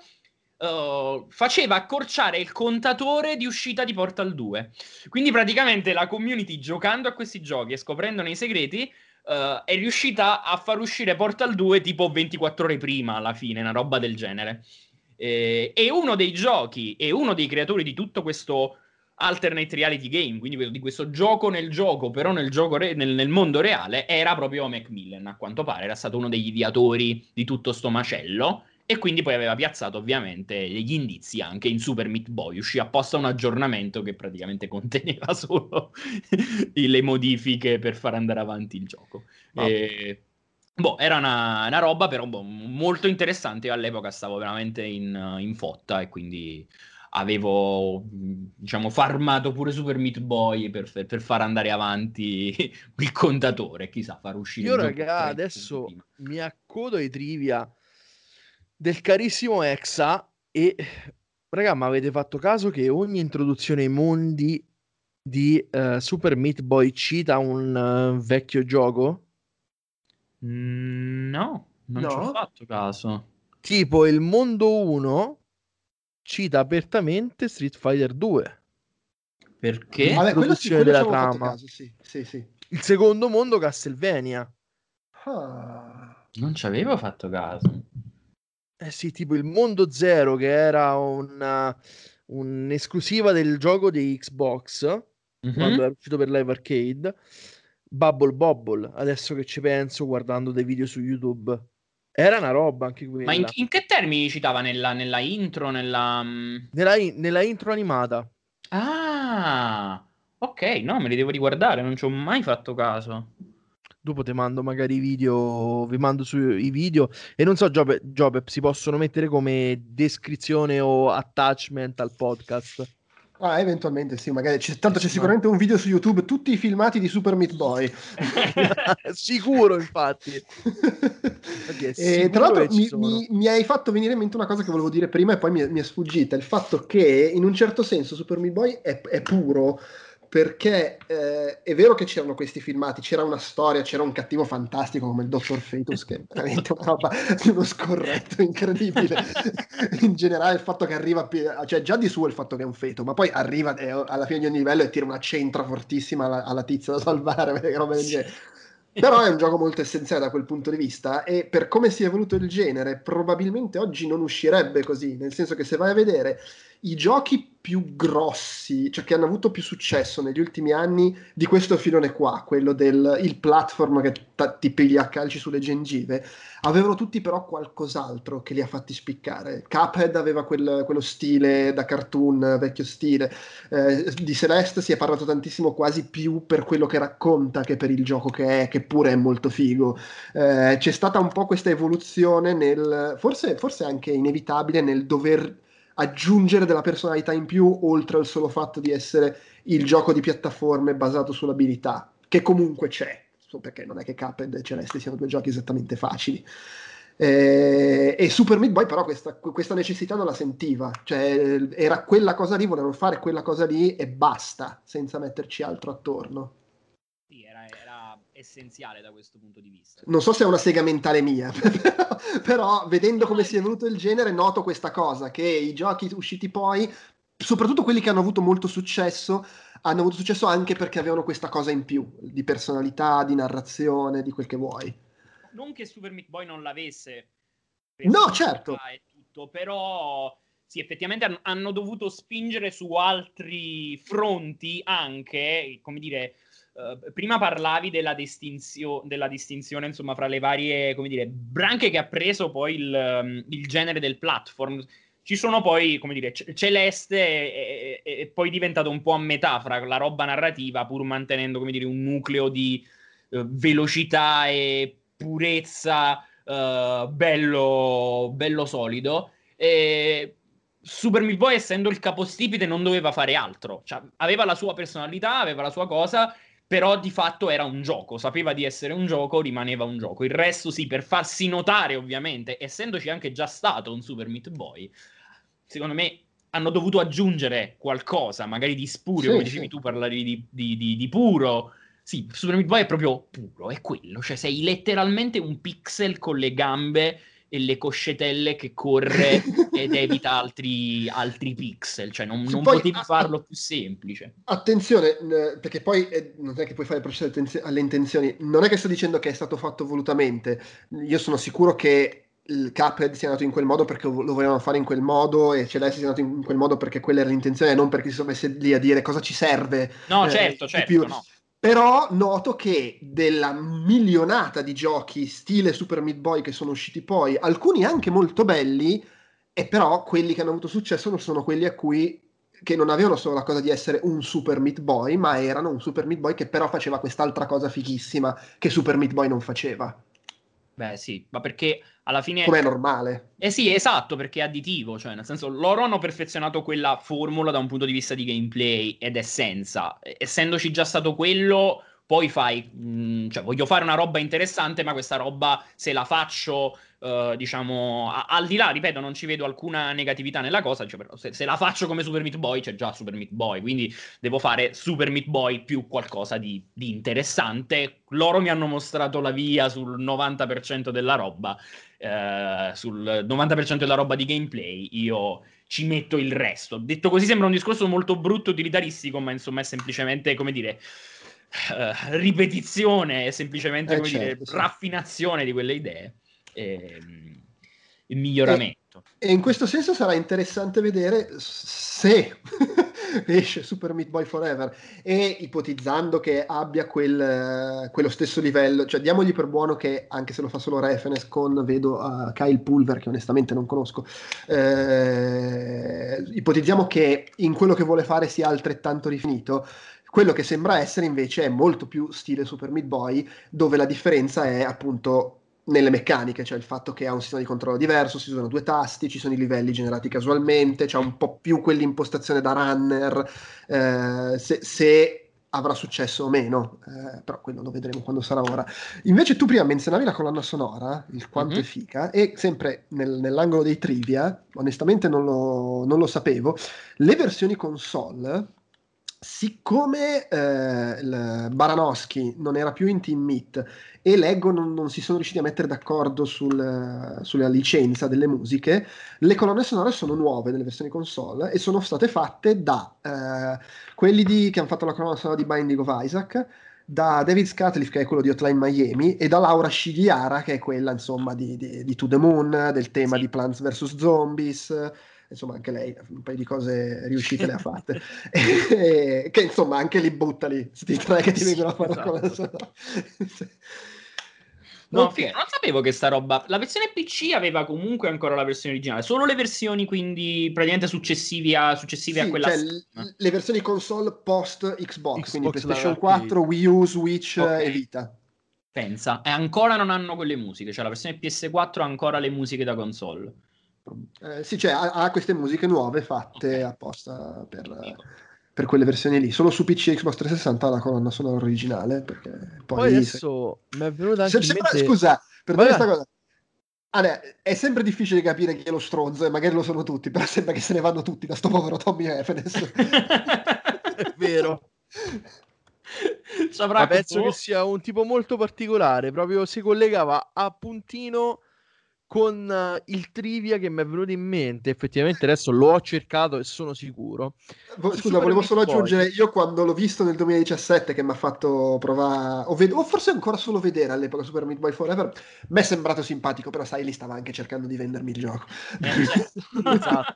Speaker 2: Uh, faceva accorciare il contatore di uscita di Portal due. Quindi praticamente la community giocando a questi giochi e scoprendone i segreti uh, è riuscita a far uscire Portal due tipo ventiquattro ore prima alla fine, una roba del genere. E, e uno dei giochi e uno dei creatori di tutto questo alternate reality game, quindi di questo gioco nel gioco, però nel, gioco re- nel, nel mondo reale, era proprio Macmillan, a quanto pare, era stato uno degli ideatori di tutto sto macello. E quindi poi aveva piazzato ovviamente gli indizi anche in Super Meat Boy. Uscì apposta un aggiornamento che praticamente conteneva solo le modifiche per far andare avanti il gioco.
Speaker 3: Ma
Speaker 2: E... Boh, era una, una roba però boh, molto interessante. Io all'epoca stavo veramente in, in fotta e quindi avevo, diciamo, farmato pure Super Meat Boy per, per far andare avanti il contatore. Chissà, far uscire
Speaker 3: io,
Speaker 2: il gioco
Speaker 3: raga,
Speaker 2: trenta secondi
Speaker 3: adesso
Speaker 2: prima.
Speaker 3: mi accodo ai trivia del carissimo Exa e, raga, ma avete fatto caso che ogni introduzione ai mondi di eh, Super Meat Boy cita un eh, vecchio gioco?
Speaker 2: Mm, no, non ci ho
Speaker 1: No?
Speaker 2: fatto caso.
Speaker 3: Tipo il mondo uno cita apertamente Street Fighter due,
Speaker 2: Perché?
Speaker 1: Vabbè, quello sì,
Speaker 3: l'introduzione
Speaker 1: quello ci
Speaker 3: della
Speaker 1: avevo fatto
Speaker 3: trama.
Speaker 1: caso, sì, sì, sì.
Speaker 3: Il secondo mondo Castlevania.
Speaker 1: Ah.
Speaker 2: Non ci avevo fatto caso.
Speaker 3: Eh sì, tipo il mondo zero che era una, un'esclusiva del gioco di Xbox quando
Speaker 2: Mhm.
Speaker 3: era uscito per Live Arcade. Bubble Bobble, adesso che ci penso guardando dei video su YouTube. Era una roba anche
Speaker 2: Ma in,
Speaker 3: quella.
Speaker 2: in che termini citava nella, nella intro, nella... mm?
Speaker 3: Nella, in- nella intro animata.
Speaker 2: Ah, ok, no, me li devo riguardare, non ci ho mai fatto caso.
Speaker 3: Dopo ti mando magari i video, vi mando sui video e non so, Giove, Giove, si possono mettere come descrizione o attachment al podcast.
Speaker 1: Ah, eventualmente sì, magari c'è, tanto c'è
Speaker 3: Sì, ma-
Speaker 1: sicuramente un video su YouTube, tutti i filmati di Super Meat Boy.
Speaker 3: Sicuro, infatti. Infatti è
Speaker 1: E tra
Speaker 3: sicuro
Speaker 1: l'altro
Speaker 3: che ci
Speaker 1: mi,
Speaker 3: sono.
Speaker 1: mi- mi hai fatto venire in mente una cosa che volevo dire prima e poi mi è, mi è sfuggita, il fatto che in un certo senso Super Meat Boy è, è puro, perché eh, è vero che c'erano questi filmati, c'era una storia, c'era un cattivo fantastico come il dottor Fetus, che è veramente una roba di uno scorretto incredibile. In generale il fatto che arriva, pi- cioè già di suo il fatto che è un feto, ma poi arriva e alla fine di ogni livello e tira una centra fortissima alla, alla tizia da salvare, che roba del genere. Però è un gioco molto essenziale da quel punto di vista e per come si è evoluto il genere probabilmente oggi non uscirebbe così, nel senso che se vai a vedere i giochi più grossi, cioè che hanno avuto più successo negli ultimi anni di questo filone qua, quello del il platform che ta- ti piglia a calci sulle gengive, avevano tutti però qualcos'altro che li ha fatti spiccare. Cuphead aveva quel- quello stile da cartoon, vecchio stile. Eh, di Celeste si è parlato tantissimo quasi più per quello che racconta che per il gioco che è, che pure è molto figo. Eh, c'è stata un po' questa evoluzione nel, forse, forse anche inevitabile, nel dover aggiungere della personalità in più oltre al solo fatto di essere il gioco di piattaforme basato sull'abilità, che comunque c'è, perché non è che Cuphead e Celeste siano due giochi esattamente facili. Eh, e Super Meat Boy però questa, questa necessità non la sentiva, cioè era quella cosa lì, volevano fare quella cosa lì e basta, senza metterci altro attorno.
Speaker 2: Sì, era, era essenziale da questo punto di vista.
Speaker 1: Non so se è una sega mentale mia, però vedendo
Speaker 2: No, no,
Speaker 1: come
Speaker 2: è
Speaker 1: si è evoluto il genere noto questa cosa, che i giochi usciti poi soprattutto quelli che hanno avuto molto successo, hanno avuto successo anche perché avevano questa cosa in più, di personalità, di narrazione, di quel che vuoi.
Speaker 2: Non che Super Meat Boy non l'avesse,
Speaker 1: No, certo.
Speaker 2: e tutto, però sì, effettivamente hanno, hanno dovuto spingere su altri fronti anche, come dire, uh, prima parlavi della, distinzio- della distinzione, insomma, fra le varie, come dire, branche che ha preso poi il, um, il genere del platform. Ci sono poi, come dire, C- Celeste e, e, e poi diventato un po' a metà fra la roba narrativa, pur mantenendo, come dire, un nucleo di uh, velocità e purezza uh, bello, bello solido. E Super Meat Boy, essendo il capostipite, non doveva fare altro. Cioè, aveva la sua personalità, aveva la sua cosa, però di fatto era un gioco. Sapeva di essere un gioco, rimaneva un gioco. Il resto sì, per farsi notare, ovviamente, essendoci anche già stato un Super Meat Boy, secondo me hanno dovuto aggiungere qualcosa, magari di spurio,
Speaker 1: Sì,
Speaker 2: come dicevi
Speaker 1: sì.
Speaker 2: tu, parlavi di, di, di, di puro. Sì, Super Meat Boy è proprio puro, è quello. Cioè, sei letteralmente un pixel con le gambe e le coscetelle che corre ed evita altri, altri pixel. Cioè, non,
Speaker 1: Sì,
Speaker 2: non
Speaker 1: poi,
Speaker 2: potevi
Speaker 1: a- a-
Speaker 2: farlo più semplice.
Speaker 1: attenzione, n- perché poi eh, non è che puoi fare il processo alle tenzi- alle intenzioni. Non è che sto dicendo che è stato fatto volutamente. Io sono sicuro che il Cuphead sia nato in quel modo perché lo volevano fare in quel modo e Celeste sia nato in quel modo perché quella era l'intenzione e non perché si sono messi lì a dire cosa ci serve
Speaker 2: No,
Speaker 1: eh,
Speaker 2: certo,
Speaker 1: di più.
Speaker 2: certo, no.
Speaker 1: Però noto che della milionata di giochi stile Super Meat Boy che sono usciti poi, alcuni anche molto belli, e però quelli che hanno avuto successo non sono quelli a cui che non avevano solo la cosa di essere un Super Meat Boy, ma erano un Super Meat Boy che però faceva quest'altra cosa fighissima che Super Meat Boy non faceva.
Speaker 2: Beh, sì, ma perché alla fine...
Speaker 1: Come è normale.
Speaker 2: Eh sì, esatto, perché è additivo, cioè nel senso loro hanno perfezionato quella formula da un punto di vista di gameplay ed essenza. E- Essendoci già stato quello, poi fai, mh, cioè voglio fare una roba interessante, ma questa roba se la faccio, eh, diciamo, a- al di là, ripeto, non ci vedo alcuna negatività nella cosa, cioè, però se, se la faccio come Super Meat Boy c'è già Super Meat Boy, quindi devo fare Super Meat Boy più qualcosa di, di interessante. Loro mi hanno mostrato la via sul novanta per cento della roba. Eh, sul novanta per cento della roba di gameplay, io ci metto il resto. Detto così sembra un discorso molto brutto, utilitaristico, ma insomma è semplicemente, come dire, eh, ripetizione, è semplicemente,
Speaker 1: Eh
Speaker 2: come dire,
Speaker 1: certo, sì.
Speaker 2: raffinazione di quelle idee e, e
Speaker 1: E,
Speaker 2: miglioramento.
Speaker 1: e in questo senso sarà interessante vedere se esce Super Meat Boy Forever e ipotizzando che abbia quel, quello stesso livello, cioè diamogli per buono che anche se lo fa solo Reference con, vedo uh, Kyle Pulver che onestamente non conosco, eh, ipotizziamo che in quello che vuole fare sia altrettanto rifinito. Quello che sembra essere invece è molto più stile Super Meat Boy, dove la differenza è appunto nelle meccaniche, cioè il fatto che ha un sistema di controllo diverso, si usano due tasti, ci sono i livelli generati casualmente, c'è un po' più quell'impostazione da runner, eh, se, se avrà successo o meno, eh, però quello lo vedremo quando sarà ora. Invece tu prima menzionavi la colonna sonora, il quanto
Speaker 2: Mhm.
Speaker 1: è figa, e sempre nel- nell'angolo dei trivia, onestamente non lo, non lo sapevo, le versioni console, siccome eh, il Baranowski non era più in Team Meat e leggo non, non si sono riusciti a mettere d'accordo sul- sulla licenza delle musiche, le colonne sonore sono nuove nelle versioni console e sono state fatte da eh, quelli di- che hanno fatto la colonna sonora di Binding of Isaac, da David Scatliff, che è quello di Hotline Miami, e da Laura Scigliara, che è quella, insomma, di, di- di To The Moon, del tema
Speaker 2: Sì.
Speaker 1: di Plants vs Zombies. Insomma, anche lei un paio di cose riuscite le ha fatte. E- che insomma, anche lì buttali, sti tre che ti
Speaker 2: Sì,
Speaker 1: vengono a fare la
Speaker 2: esatto.
Speaker 1: colonna sonora.
Speaker 2: No,
Speaker 1: Ok.
Speaker 2: figa, non sapevo che sta roba. La versione P C aveva comunque ancora la versione originale, solo le versioni quindi praticamente successivi a, successive a
Speaker 1: Sì,
Speaker 2: quella
Speaker 1: cioè
Speaker 2: Steam.
Speaker 1: l- le versioni console post Xbox, quindi
Speaker 3: Xbox Live
Speaker 1: PlayStation
Speaker 3: Arcade.
Speaker 1: quattro, Wii U, Switch
Speaker 2: Ok,
Speaker 1: e Vita.
Speaker 2: pensa, e ancora non hanno quelle musiche, cioè la versione P S quattro ha ancora le musiche da console.
Speaker 1: Eh, sì, cioè ha, ha queste musiche nuove
Speaker 2: Ok,
Speaker 1: fatte apposta per,
Speaker 2: figo.
Speaker 1: per quelle versioni lì. Solo su P C e Xbox trecentosessanta la colonna sonora originale, perché
Speaker 3: Poi
Speaker 1: poi... se-
Speaker 3: adesso mi è venuta
Speaker 1: se-
Speaker 3: anche in
Speaker 1: sembra,
Speaker 3: mente...
Speaker 1: scusa, per
Speaker 3: Vai,
Speaker 1: dire questa
Speaker 3: vai.
Speaker 1: cosa. Allora, è sempre difficile capire chi è lo stronzo, e magari lo sono tutti, però sembra che se ne vanno tutti da sto povero Tommy Happiness.
Speaker 3: È vero.
Speaker 2: Ci
Speaker 3: Ma
Speaker 2: avrà
Speaker 3: penso che
Speaker 2: questo...
Speaker 3: sia un tipo molto particolare, proprio si collegava a puntino con uh, il trivia che mi è venuto in mente. Effettivamente adesso lo ho cercato e sono sicuro.
Speaker 1: Vo-
Speaker 3: Su
Speaker 1: Scusa,
Speaker 3: Super
Speaker 1: volevo
Speaker 3: Meat
Speaker 1: solo
Speaker 3: Boy.
Speaker 1: aggiungere, io quando l'ho visto nel duemiladiciassette che mi ha fatto provare, o, ved- o forse ancora solo vedere all'epoca Super Meat Boy Forever, mi è sembrato simpatico, però sai, lì stava anche cercando di vendermi il gioco.
Speaker 2: Eh, certo.
Speaker 3: Esatto.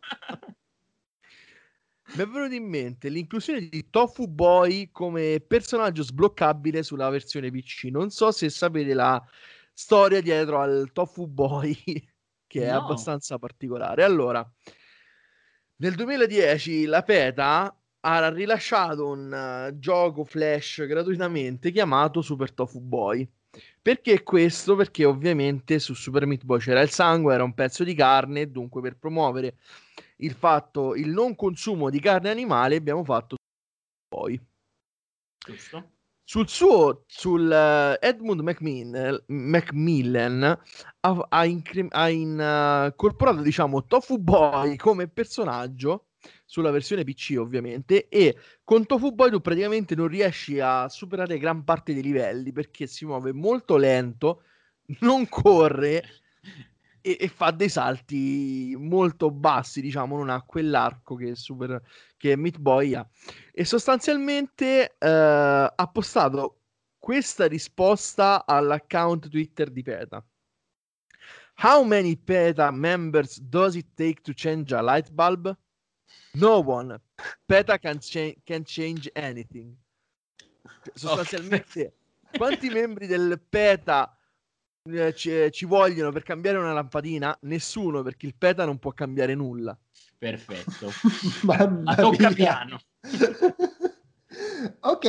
Speaker 3: Mi è venuto in mente l'inclusione di Tofu Boy come personaggio sbloccabile sulla versione P C. Non so se sapete la storia dietro al Tofu Boy, che è
Speaker 2: No.
Speaker 3: abbastanza particolare. Allora, nel duemiladieci la PETA ha rilasciato un uh, gioco Flash gratuitamente chiamato Super Tofu Boy. Perché questo? Perché ovviamente su Super Meat Boy c'era il sangue, era un pezzo di carne, dunque per promuovere il fatto, il non consumo di carne animale abbiamo fatto poi.
Speaker 2: Giusto.
Speaker 3: Sul suo, sul uh, Edmund Macmillan, Macmillan ha, ha, incre- ha incorporato, diciamo, Tofu Boy come personaggio sulla versione P C ovviamente, e con Tofu Boy tu praticamente non riesci a superare gran parte dei livelli perché si muove molto lento, non corre e, e fa dei salti molto bassi, diciamo, non ha quell'arco che, super, che Meat Boy ha. E sostanzialmente eh, ha postato questa risposta all'account Twitter di PETA. How many PETA members does it take to change a light bulb? No one. PETA can, cha- can change anything. Cioè, sostanzialmente,
Speaker 2: Oh,
Speaker 3: quanti membri del PETA eh, ci, ci vogliono per cambiare una lampadina? Nessuno, perché il PETA non può cambiare nulla.
Speaker 2: perfetto.
Speaker 1: Mamma
Speaker 2: A tocca
Speaker 1: mia.
Speaker 2: piano.
Speaker 1: Ok.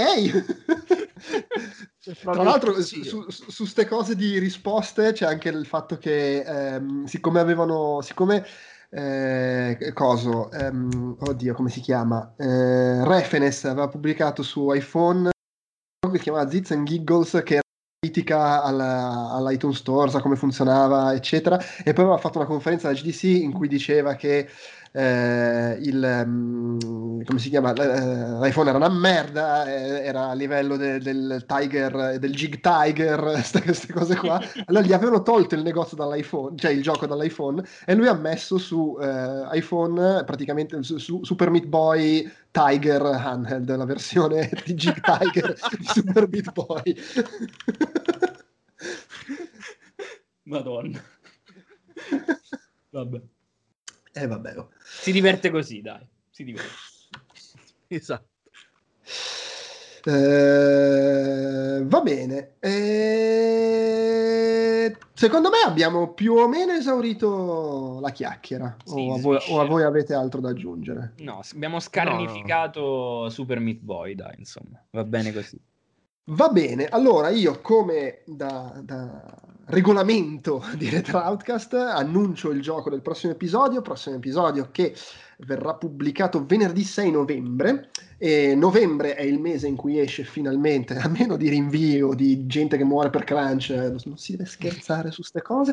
Speaker 3: È
Speaker 1: Tra
Speaker 3: proprio
Speaker 1: l'altro
Speaker 3: così.
Speaker 1: su, su, su ste cose di risposte c'è anche il fatto che ehm, siccome avevano siccome eh, coso ehm, oddio come si chiama eh, Refenes aveva pubblicato su iPhone che si chiamava Zits and Giggles, che era critica alla, all'iTunes Store, sa come funzionava, eccetera, e poi aveva fatto una conferenza alla G D C in cui diceva che eh, il um, come si chiama eh, l'iPhone era una merda, eh, era a livello de, del Tiger, del Jig Tiger, queste cose qua. Allora gli avevano tolto il negozio dall'iPhone, cioè il gioco dall'iPhone, e lui ha messo su eh, iPhone praticamente su, su Super Meat Boy Tiger Handheld, la versione di Jig Tiger di Super Meat Boy.
Speaker 2: Madonna. Vabbè.
Speaker 1: Eh vabbè. Oh.
Speaker 2: Si diverte così, dai. Si diverte.
Speaker 3: Esatto.
Speaker 1: Eh, va bene. Eh, secondo me abbiamo più o meno esaurito la chiacchiera.
Speaker 2: Sì,
Speaker 1: o, a voi, o a
Speaker 2: sviscerato.
Speaker 1: voi avete altro da aggiungere?
Speaker 2: No, abbiamo
Speaker 3: No, no.
Speaker 2: scarnificato Super Meat Boy, dai, insomma. Va bene così.
Speaker 1: Va bene, allora io come da, da regolamento di Retro Outcast annuncio il gioco del prossimo episodio, prossimo episodio che verrà pubblicato venerdì sei novembre, e novembre è il mese in cui esce finalmente, a meno di rinvio, di gente che muore per crunch, non si deve scherzare su ste cose,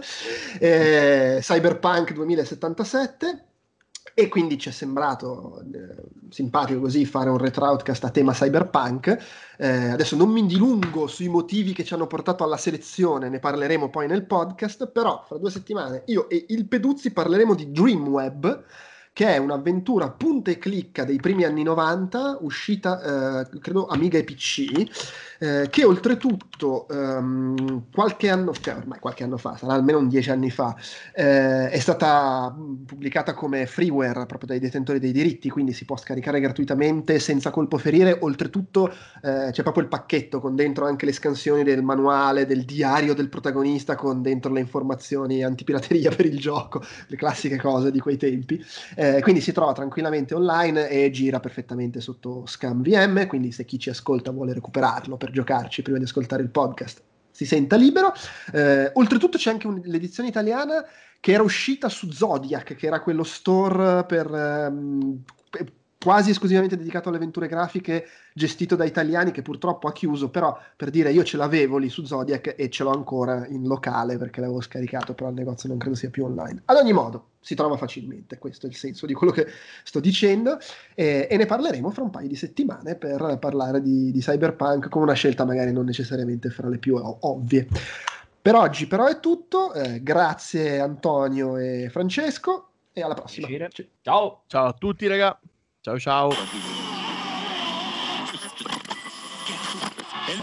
Speaker 1: eh, Cyberpunk duemilasettantasette. E quindi ci è sembrato eh, simpatico così fare un retro outcast a tema cyberpunk. Eh, adesso non mi dilungo sui motivi che ci hanno portato alla selezione, ne parleremo poi nel podcast, però fra due settimane io e il Peduzzi parleremo di Dreamweb, che è un'avventura punta e clicca dei primi anni novanta, uscita eh, credo Amiga e P C, eh, che oltretutto ehm, qualche anno, cioè ormai qualche anno fa, sarà almeno un dieci anni fa, eh, è stata pubblicata come freeware proprio dai detentori dei diritti, quindi si può scaricare gratuitamente senza colpo ferire. Oltretutto eh, c'è proprio il pacchetto con dentro anche le scansioni del manuale, del diario del protagonista, con dentro le informazioni antipirateria per il gioco, le classiche cose di quei tempi. Eh, quindi si trova tranquillamente online e gira perfettamente sotto ScanVM, quindi se chi ci ascolta vuole recuperarlo per giocarci prima di ascoltare il podcast si senta libero. Eh, oltretutto c'è anche un, l'edizione italiana che era uscita su Zodiac, che era quello store per ehm, quasi esclusivamente dedicato alle avventure grafiche, gestito da italiani, che purtroppo ha chiuso, però per dire io ce l'avevo lì su Zodiac e ce l'ho ancora in locale perché l'avevo scaricato, però il negozio non credo sia più online. Ad ogni modo si trova facilmente, questo è il senso di quello che sto dicendo, e, e ne parleremo fra un paio di settimane per parlare di, di Cyberpunk con una scelta magari non necessariamente fra le più ovvie. Per oggi però è tutto, eh, grazie Antonio e Francesco e alla prossima.
Speaker 2: Piacere. Ciao.
Speaker 3: Ciao a tutti, raga. Ciao ciao.